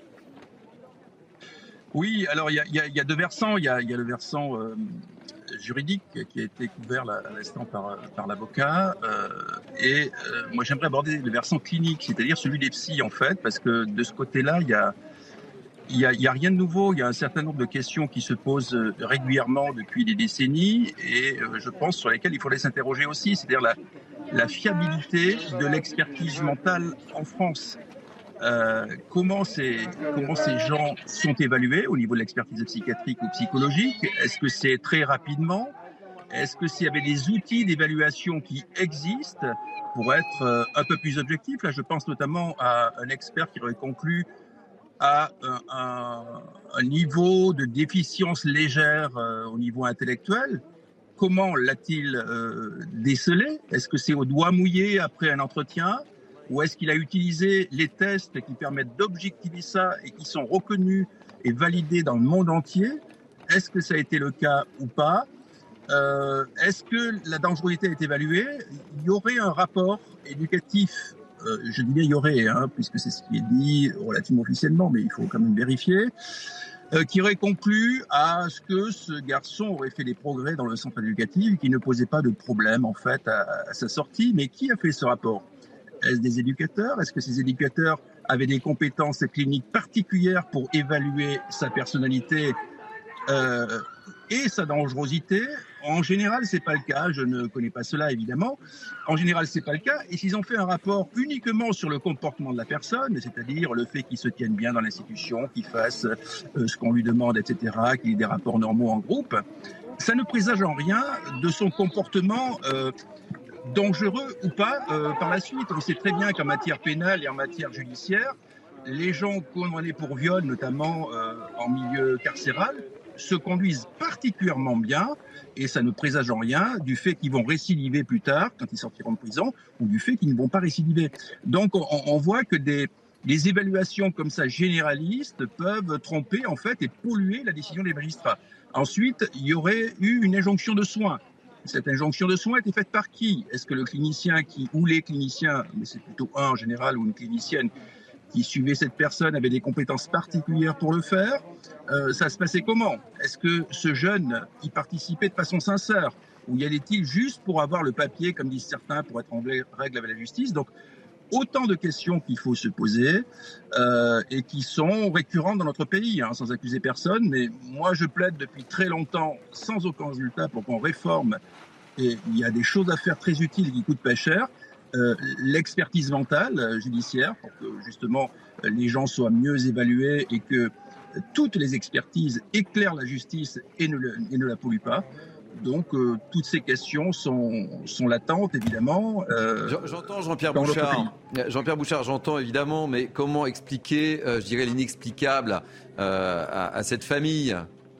Oui, alors il y a deux versants. Il y a le versant juridique qui a été couvert à l'instant par l'avocat. Moi, j'aimerais aborder le versant clinique, c'est-à-dire celui des psys, en fait, parce que de ce côté-là, il y a rien de nouveau. Il y a un certain nombre de questions qui se posent régulièrement depuis des décennies, et je pense sur lesquelles il faudrait s'interroger aussi, c'est-à-dire la fiabilité de l'expertise mentale en France. Comment ces gens sont évalués au niveau de l'expertise psychiatrique ou psychologique ? Est-ce que c'est très rapidement ? Est-ce que s'il y avait des outils d'évaluation qui existent pour être un peu plus objectifs ? Là, je pense notamment à un expert qui aurait conclu à un niveau de déficience légère au niveau intellectuel. Comment l'a-t-il décelé ? Est-ce que c'est au doigt mouillé après un entretien ? Ou est-ce qu'il a utilisé les tests qui permettent d'objectiver ça et qui sont reconnus et validés dans le monde entier ? Est-ce que ça a été le cas ou pas ? Est-ce que la dangerosité a été évaluée ? Il y aurait un rapport éducatif, je dis bien il y aurait, puisque c'est ce qui est dit relativement officiellement, mais il faut quand même vérifier, qui aurait conclu à ce que ce garçon aurait fait des progrès dans le centre éducatif, qui ne posait pas de problème en fait à sa sortie. Mais qui a fait ce rapport ? Est-ce des éducateurs ? Est-ce que ces éducateurs avaient des compétences cliniques particulières pour évaluer sa personnalité et sa dangerosité ? En général, c'est pas le cas. Je ne connais pas cela, évidemment. En général, c'est pas le cas. Et s'ils ont fait un rapport uniquement sur le comportement de la personne, c'est-à-dire le fait qu'il se tienne bien dans l'institution, qu'il fasse ce qu'on lui demande, etc., qu'il ait des rapports normaux en groupe, ça ne présage en rien de son comportement dangereux ou pas par la suite. On sait très bien qu'en matière pénale et en matière judiciaire, les gens condamnés pour viol, notamment en milieu carcéral, se conduisent particulièrement bien, et ça ne présage en rien du fait qu'ils vont récidiver plus tard, quand ils sortiront de prison, ou du fait qu'ils ne vont pas récidiver. Donc on voit que des évaluations comme ça généralistes peuvent tromper en fait et polluer la décision des magistrats. Ensuite, il y aurait eu une injonction de soins. Cette injonction de soins était faite par qui ? Est-ce que le clinicien ou les cliniciens, mais c'est plutôt un en général ou une clinicienne qui suivait cette personne avait des compétences particulières pour le faire ? Ça se passait comment ? Est-ce que ce jeune y participait de façon sincère ? Ou y allait-il juste pour avoir le papier, comme disent certains, pour être en règle avec la justice ? Donc, autant de questions qu'il faut se poser et qui sont récurrentes dans notre pays, sans accuser personne. Mais moi, je plaide depuis très longtemps, sans aucun résultat, pour qu'on réforme. Et il y a des choses à faire très utiles qui coûtent pas cher. L'expertise mentale judiciaire, pour que justement les gens soient mieux évalués et que toutes les expertises éclairent la justice et ne la polluent pas. Donc, toutes ces questions sont latentes, évidemment. J'entends Jean-Pierre Bouchard. Jean-Pierre Bouchard, j'entends évidemment, mais comment expliquer, je dirais, l'inexplicable à cette famille ?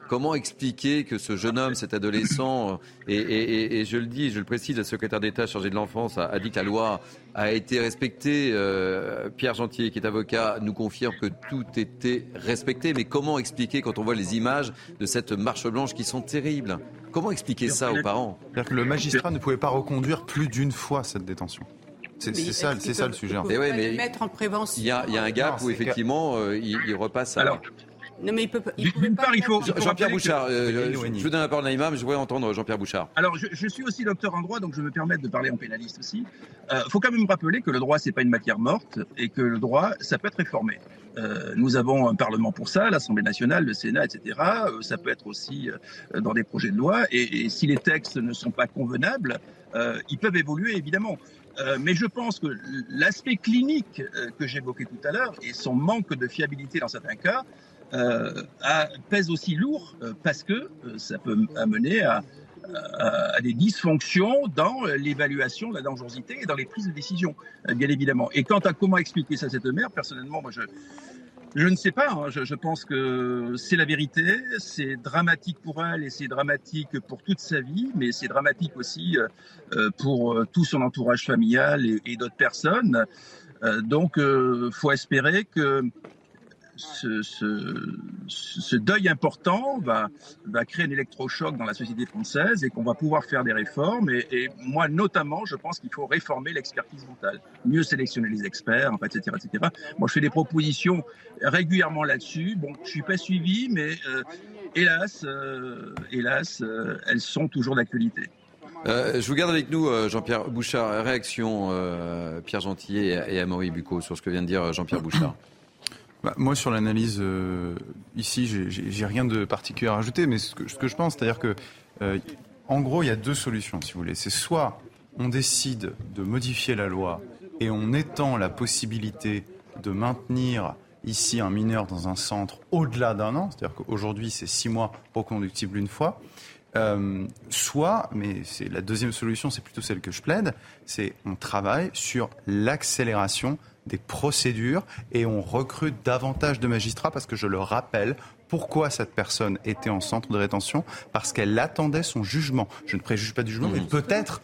Comment expliquer que ce jeune homme, cet adolescent, et je le dis, je le précise, la secrétaire d'État chargée de l'enfance a dit que la loi a été respectée. Pierre Gentier, qui est avocat, nous confirme que tout était respecté. Mais comment expliquer quand on voit les images de cette marche blanche qui sont terribles ? Comment expliquer ça aux parents ? C'est-à-dire que le magistrat ne pouvait pas reconduire plus d'une fois cette détention. C'est ça le sujet. Mais mettre en prévention. Il y a un gap où effectivement il repasse. Alors. Non, mais d'une part, il faut. Jean-Pierre Bouchard, je vous donne la parole à l'imam, je voudrais entendre Jean-Pierre Bouchard. Alors, je suis aussi docteur en droit, donc je me permets de parler en pénaliste aussi. Faut quand même rappeler que le droit, c'est pas une matière morte et que le droit, ça peut être réformé. Nous avons un Parlement pour ça, l'Assemblée nationale, le Sénat, etc. Ça peut être aussi dans des projets de loi. Et si les textes ne sont pas convenables, ils peuvent évoluer, évidemment. Mais je pense que l'aspect clinique que j'évoquais tout à l'heure et son manque de fiabilité dans certains cas pèse aussi lourd parce que ça peut amener à des dysfonctions dans l'évaluation de la dangerosité et dans les prises de décision, bien évidemment. Et quant à comment expliquer ça à cette mère, personnellement, moi je ne sais pas. Hein. Je pense que c'est la vérité. C'est dramatique pour elle et c'est dramatique pour toute sa vie, mais c'est dramatique aussi pour tout son entourage familial et d'autres personnes. Donc, faut espérer que ce deuil important va créer un électrochoc dans la société française et qu'on va pouvoir faire des réformes. Et moi, notamment, je pense qu'il faut réformer l'expertise mentale, mieux sélectionner les experts, etc., etc. Moi, je fais des propositions régulièrement là-dessus. Bon, je suis pas suivi, mais hélas, elles sont toujours d'actualité. Je vous garde avec nous, Jean-Pierre Bouchard. Réaction, Pierre Gentier et Amaury Bucco, sur ce que vient de dire Jean-Pierre Bouchard. Moi, sur l'analyse, ici, j'ai rien de particulier à rajouter, mais ce que je pense, c'est-à-dire que, en gros, il y a deux solutions, si vous voulez. C'est soit on décide de modifier la loi et on étend la possibilité de maintenir ici un mineur dans un centre au-delà d'un an, c'est-à-dire qu'aujourd'hui, c'est 6 mois reconductibles une fois. Soit, mais c'est la deuxième solution, c'est plutôt celle que je plaide, c'est on travaille sur l'accélération des procédures et on recrute davantage de magistrats parce que je le rappelle, pourquoi cette personne était en centre de rétention ? Parce qu'elle attendait son jugement. Je ne préjuge pas du jugement, mais peut-être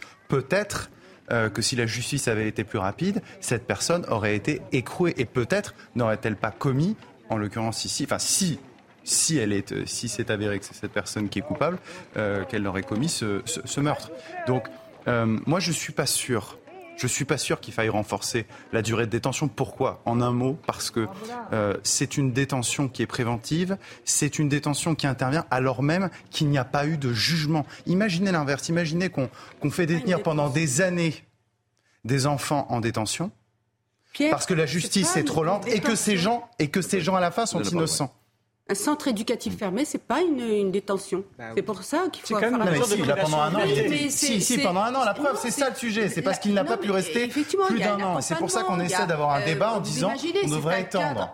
que si la justice avait été plus rapide, cette personne aurait été écrouée et peut-être n'aurait-elle pas commis, en l'occurrence ici, enfin si c'est avéré que c'est cette personne qui est coupable, qu'elle aurait commis ce meurtre. Donc moi je suis pas sûr qu'il faille renforcer la durée de détention. Pourquoi ? En un mot, parce que c'est une détention qui est préventive, c'est une détention qui intervient alors même qu'il n'y a pas eu de jugement. Imaginez l'inverse, imaginez qu'on fait détenir pendant des années des enfants en détention, Pierre, parce que la justice est trop lente et que ces gens à la fin sont innocents. Un centre éducatif fermé, c'est pas une détention. C'est pour ça qu'il faut faire pendant un an. Pendant un an. La preuve, c'est ça le sujet. C'est parce qu'il n'a pas pu rester plus d'un an. Et c'est pour ça qu'on essaie d'avoir un débat en disant qu'on devrait étendre.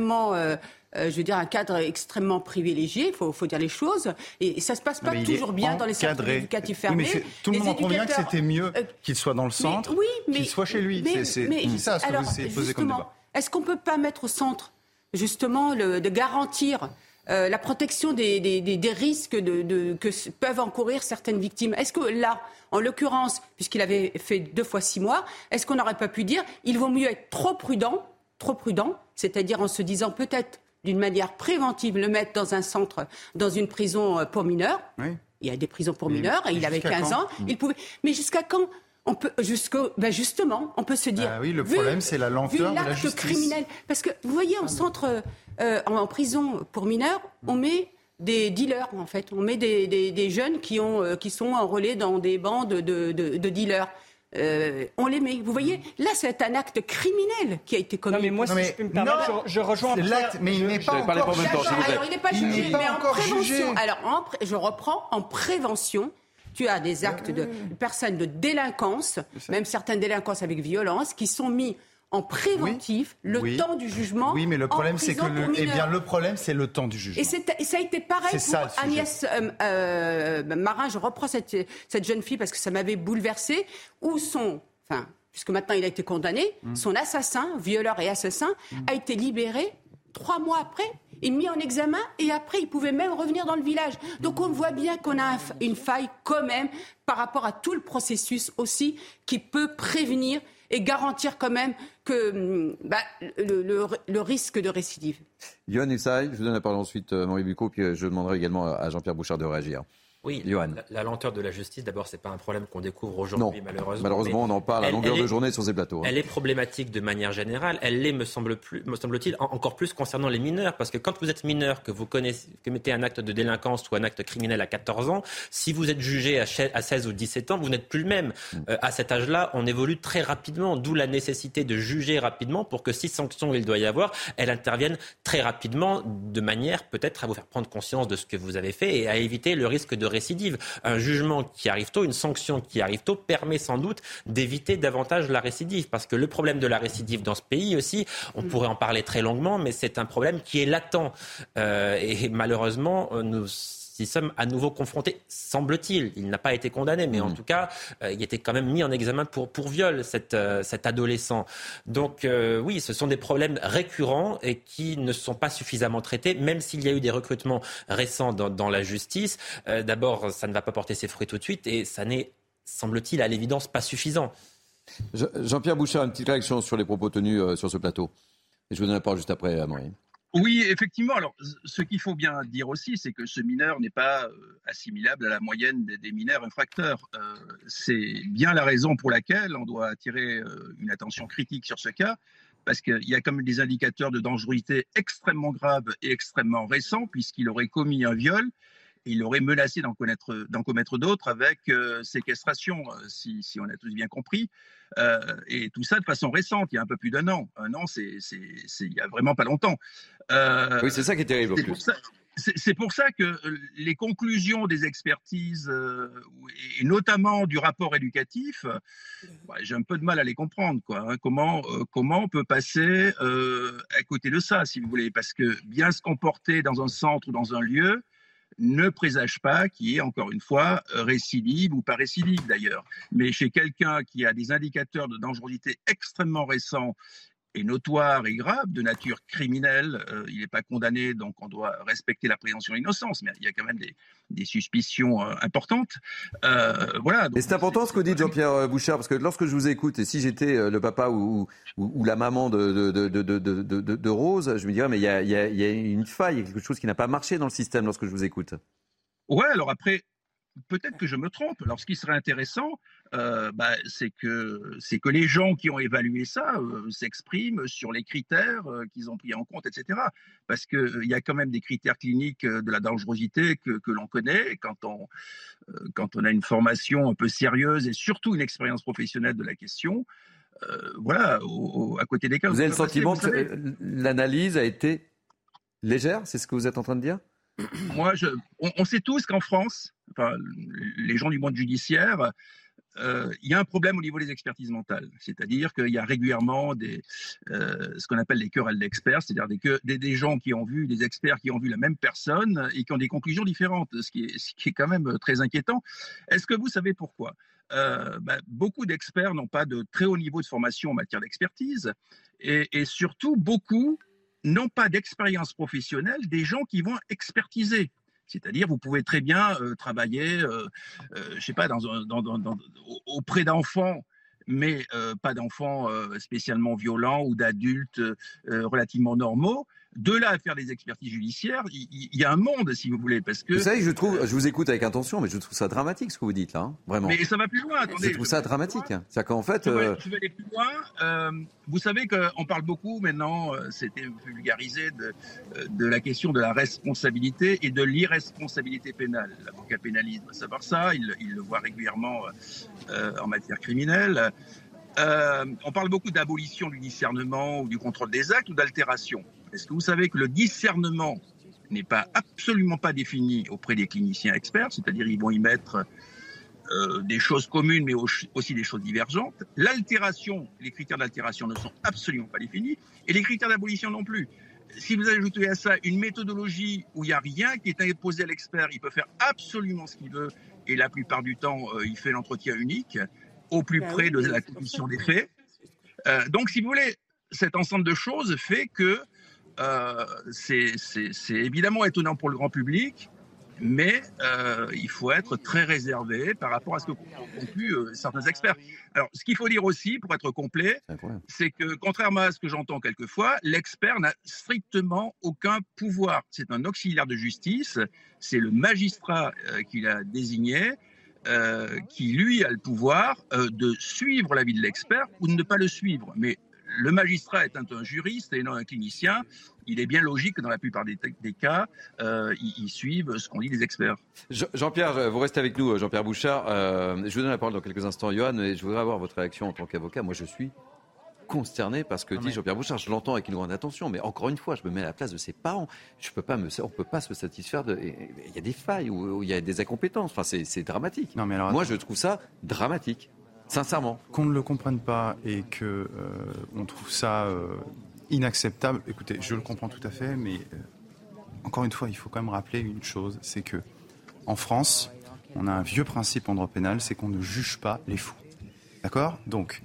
Un cadre extrêmement privilégié, il faut dire les choses. Et ça se passe pas toujours bien dans les centres éducatifs fermés. Oui, mais tout le monde en convient que c'était mieux qu'il soit dans le centre, qu'il soit chez lui. C'est ça ce que vous essayez de poser comme débat. Est-ce qu'on peut pas mettre au centre justement de garantir la protection des risques que peuvent encourir certaines victimes? Est-ce que là, en l'occurrence, puisqu'il avait fait 2 fois 6 mois, est-ce qu'on n'aurait pas pu dire il vaut mieux être trop prudent, c'est-à-dire en se disant peut-être d'une manière préventive le mettre dans un centre, dans une prison pour mineurs. Oui. Il y a des prisons pour mineurs et il avait 15 ans. Il pouvait. Mais jusqu'à quand on peut justement, on peut se dire. Oui, le problème c'est la lenteur de la justice. Criminel, parce que vous voyez, en centre, en prison pour mineurs, on met des dealers en fait, on met des jeunes qui sont enrôlés dans des bandes de dealers. On les met. Vous voyez, là, c'est un acte criminel qui a été commis. Non, mais moi, si je peux me permettre, je rejoins l'acte, mais il n'est pas encore jugé. Alors, il n'est pas jugé, mais en prévention. Alors, je reprends, en prévention, tu as des actes de personnes de délinquance, même certaines délinquances avec violence, qui sont mis en préventif temps du jugement. Oui, mais le problème, c'est que le problème, c'est le temps du jugement. Et ça a été pareil pour Agnès Marin. Je reprends cette jeune fille parce que ça m'avait bouleversée. Puisque maintenant il a été condamné, son assassin, violeur et assassin, a été libéré 3 mois après. est mis en examen et après il pouvait même revenir dans le village. Donc on voit bien qu'on a une faille quand même par rapport à tout le processus aussi qui peut prévenir et garantir quand même que le risque de récidive. Yohann Usaï, je vous donne la parole ensuite, Marie Bucco, puis je demanderai également à Jean-Pierre Bouchard de réagir. Oui, la lenteur de la justice, d'abord, c'est pas un problème qu'on découvre aujourd'hui, malheureusement. Malheureusement, on en parle à longueur de journée sur ces plateaux. Elle est problématique de manière générale. Elle l'est, me semble-t-il, encore plus concernant les mineurs. Parce que quand vous êtes mineur, que vous commettez un acte de délinquance ou un acte criminel à 14 ans, si vous êtes jugé à 16 ou 17 ans, vous n'êtes plus le même. À cet âge-là, on évolue très rapidement, d'où la nécessité de juger rapidement pour que si sanction il doit y avoir, elle intervienne très rapidement, de manière peut-être à vous faire prendre conscience de ce que vous avez fait et à éviter le risque de récidive. Un jugement qui arrive tôt, une sanction qui arrive tôt permet sans doute d'éviter davantage la récidive. Parce que le problème de la récidive dans ce pays aussi, on pourrait en parler très longuement, mais c'est un problème qui est latent. Et malheureusement, nous y sommes à nouveau confrontés, semble-t-il. Il n'a pas été condamné, mais en tout cas, il était quand même mis en examen pour viol, cet adolescent. Donc oui, ce sont des problèmes récurrents et qui ne sont pas suffisamment traités, même s'il y a eu des recrutements récents dans la justice. D'abord, ça ne va pas porter ses fruits tout de suite et ça n'est, semble-t-il, à l'évidence, pas suffisant. Jean-Pierre Bouchard, une petite réaction sur les propos tenus sur ce plateau. Et je vous donne la parole juste après, Marie. Oui, effectivement. Alors, ce qu'il faut bien dire aussi, c'est que ce mineur n'est pas assimilable à la moyenne des mineurs infracteurs. C'est bien la raison pour laquelle on doit attirer une attention critique sur ce cas, parce qu'il y a quand même des indicateurs de dangerosité extrêmement graves et extrêmement récents, puisqu'il aurait commis un viol. Il aurait menacé d'en commettre d'autres avec séquestration, si on a tous bien compris. Et tout ça de façon récente, il y a un peu plus d'un an. Un an, c'est il y a vraiment pas longtemps. Oui, c'est ça qui est terrible. C'est pour ça que les conclusions des expertises, et notamment du rapport éducatif, j'ai un peu de mal à les comprendre. Comment on peut passer à côté de ça, si vous voulez, parce que bien se comporter dans un centre ou dans un lieu ne présage pas qu'il y ait, encore une fois, récidive ou pas récidive d'ailleurs. Mais chez quelqu'un qui a des indicateurs de dangerosité extrêmement récents et notoires et graves, de nature criminelle, il n'est pas condamné, donc on doit respecter la présomption d'innocence, mais il y a quand même des suspicions importantes. Voilà. Donc, et c'est important ce que dit Jean-Pierre Bouchard, parce que lorsque je vous écoute, et si j'étais le papa ou la maman de Rose, je me dirais, mais il y a une faille, il y a quelque chose qui n'a pas marché dans le système lorsque je vous écoute. Ouais, alors après, peut-être que je me trompe. Alors, ce qui serait intéressant, c'est que les gens qui ont évalué ça s'expriment sur les critères qu'ils ont pris en compte, etc. Parce qu'il y a quand même des critères cliniques de la dangerosité que l'on connaît. Quand on a une formation un peu sérieuse et surtout une expérience professionnelle de la question, voilà, à côté des cas... Vous avez le sentiment que l'analyse a été légère? C'est ce que vous êtes en train de dire? Moi, on sait tous qu'en France, enfin, les gens du monde judiciaire, il y a un problème au niveau des expertises mentales. C'est-à-dire qu'il y a régulièrement ce qu'on appelle des querelles d'experts, c'est-à-dire des gens qui ont vu, des experts qui ont vu la même personne et qui ont des conclusions différentes, ce qui est quand même très inquiétant. Est-ce que vous savez pourquoi? Beaucoup d'experts n'ont pas de très haut niveau de formation en matière d'expertise et surtout beaucoup n'ont pas d'expérience professionnelle des gens qui vont expertiser. C'est-à-dire, vous pouvez très bien travailler, je sais pas, auprès d'enfants, mais pas d'enfants spécialement violents ou d'adultes relativement normaux. De là à faire des expertises judiciaires, il y a un monde, si vous voulez, parce que... Vous savez, je vous écoute avec attention, mais je trouve ça dramatique ce que vous dites là, hein, vraiment. Mais ça va plus loin, attendez. Je trouve ça dramatique. C'est-à-dire qu'en fait... Je vais aller plus loin. Vous savez qu'on parle beaucoup maintenant, c'était vulgarisé, de la question de la responsabilité et de l'irresponsabilité pénale. L'avocat pénaliste doit savoir ça, il le voit régulièrement en matière criminelle. On parle beaucoup d'abolition du discernement ou du contrôle des actes ou d'altération. Est-ce que vous savez que le discernement n'est absolument pas défini auprès des cliniciens experts, c'est-à-dire ils vont y mettre des choses communes mais aussi des choses divergentes. L'altération, les critères d'altération ne sont absolument pas définis et les critères d'abolition non plus. Si vous ajoutez à ça une méthodologie où il n'y a rien qui est imposé à l'expert, il peut faire absolument ce qu'il veut et la plupart du temps il fait l'entretien unique au plus près de la commission des faits. Donc si vous voulez, cet ensemble de choses fait que c'est évidemment étonnant pour le grand public, mais il faut être très réservé par rapport à ce que concluent certains experts. Alors, ce qu'il faut dire aussi, pour être complet, c'est que, contrairement à ce que j'entends quelquefois, l'expert n'a strictement aucun pouvoir. C'est un auxiliaire de justice, c'est le magistrat qui l'a désigné, qui, lui, a le pouvoir de suivre l'avis de l'expert ou de ne pas le suivre. Mais le magistrat étant un juriste et non un clinicien, il est bien logique que dans la plupart des cas, ils suivent ce qu'ont dit les experts. Jean-Pierre, vous restez avec nous, Jean-Pierre Bouchard. Je vous donne la parole dans quelques instants, Johan, et je voudrais avoir votre réaction en tant qu'avocat. Moi, je suis consterné par ce que dit Jean-Pierre Bouchard. Je l'entends avec une grande attention, mais encore une fois, je me mets à la place de ses parents. On ne peut pas se satisfaire il y a des failles ou il y a des incompétences. Enfin, c'est dramatique. Non, mais alors, moi, je trouve ça dramatique. Sincèrement. Qu'on ne le comprenne pas et que on trouve ça inacceptable. Écoutez, je le comprends tout à fait, mais encore une fois, il faut quand même rappeler une chose, c'est que en France, on a un vieux principe en droit pénal, c'est qu'on ne juge pas les fous. D'accord ? Donc,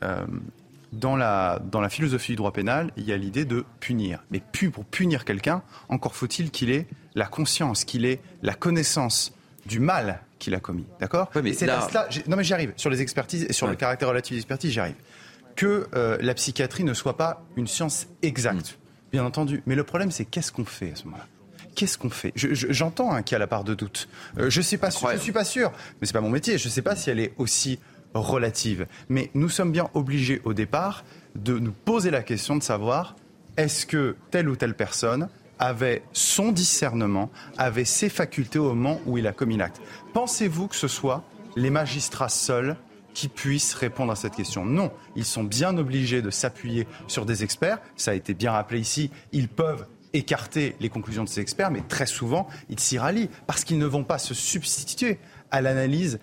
dans la philosophie du droit pénal, il y a l'idée de punir. Mais pour punir quelqu'un, encore faut-il qu'il ait la conscience, qu'il ait la connaissance du mal qu'il a commis, d'accord ? Ouais, mais c'est là... Non mais j'y arrive, sur les expertises et sur le caractère relatif des expertises, j'y arrive. Que la psychiatrie ne soit pas une science exacte, bien entendu. Mais le problème, c'est qu'est-ce qu'on fait à ce moment-là ? Qu'est-ce qu'on fait ? J'entends qu'il y a la part de doute. Je suis pas sûr, mais c'est pas mon métier. Je ne sais pas si elle est aussi relative. Mais nous sommes bien obligés au départ de nous poser la question de savoir est-ce que telle ou telle personne avait son discernement, avait ses facultés au moment où il a commis l'acte. Pensez-vous que ce soit les magistrats seuls qui puissent répondre à cette question ? Non, ils sont bien obligés de s'appuyer sur des experts. Ça a été bien rappelé ici, ils peuvent écarter les conclusions de ces experts, mais très souvent, ils s'y rallient parce qu'ils ne vont pas se substituer à l'analyse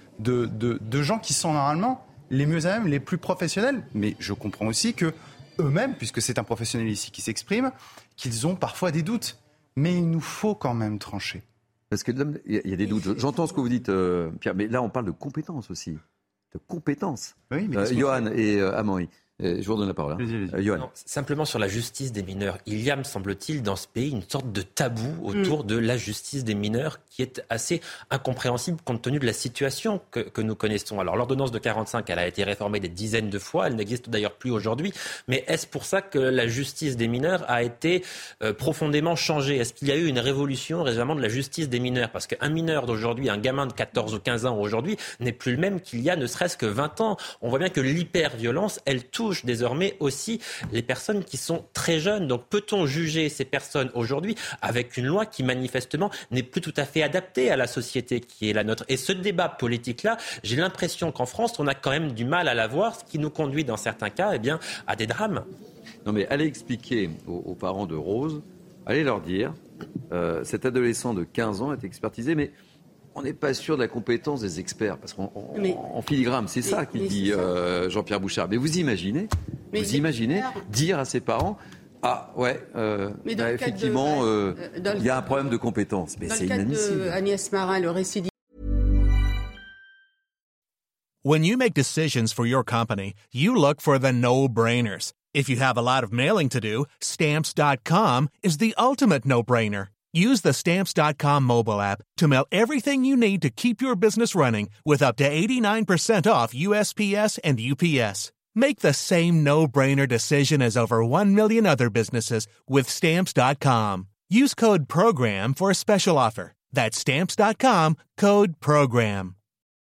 de gens qui sont normalement les mieux à même, les plus professionnels. Mais je comprends aussi que eux-mêmes, puisque c'est un professionnel ici qui s'exprime, qu'ils ont parfois des doutes. Mais il nous faut quand même trancher. Parce que il y a des doutes. J'entends ce que vous dites, Pierre, mais là, on parle de compétences aussi. De compétences. Oui, mais Johan et Amaury. Je vous redonne la parole. Non, simplement sur la justice des mineurs. Il y a, me semble-t-il, dans ce pays, une sorte de tabou autour de la justice des mineurs qui est assez incompréhensible compte tenu de la situation que nous connaissons. Alors, l'ordonnance de 45, elle a été réformée des dizaines de fois. Elle n'existe d'ailleurs plus aujourd'hui. Mais est-ce pour ça que la justice des mineurs a été profondément changée ? Est-ce qu'il y a eu une révolution récemment de la justice des mineurs ? Parce qu'un mineur d'aujourd'hui, un gamin de 14 ou 15 ans aujourd'hui, n'est plus le même qu'il y a ne serait-ce que 20 ans. On voit bien que l'hyper-violence, elle touche désormais aussi les personnes qui sont très jeunes. Donc peut-on juger ces personnes aujourd'hui avec une loi qui manifestement n'est plus tout à fait adaptée à la société qui est la nôtre ? Et ce débat politique-là, j'ai l'impression qu'en France, on a quand même du mal à l'avoir, ce qui nous conduit dans certains cas à des drames. Non mais allez expliquer aux parents de Rose, allez leur dire, cet adolescent de 15 ans est expertisé, mais on n'est pas sûr de la compétence des experts, parce qu'en filigrane, c'est ça qu'il dit Jean-Pierre Bouchard. Mais vous imaginez dire à ses parents effectivement, il y a un problème de compétence. Mais c'est inadmissible. Agnès Marin, le récit. When you make decisions for your company, you look for the no-brainers. If you have a lot of mailing to do, Stamps.com is the ultimate no-brainer. Use the Stamps.com mobile app to mail everything you need to keep your business running with up to 89% off USPS and UPS. Make the same no-brainer decision as over 1 million other businesses with Stamps.com. Use code PROGRAM for a special offer. That's Stamps.com, code PROGRAM.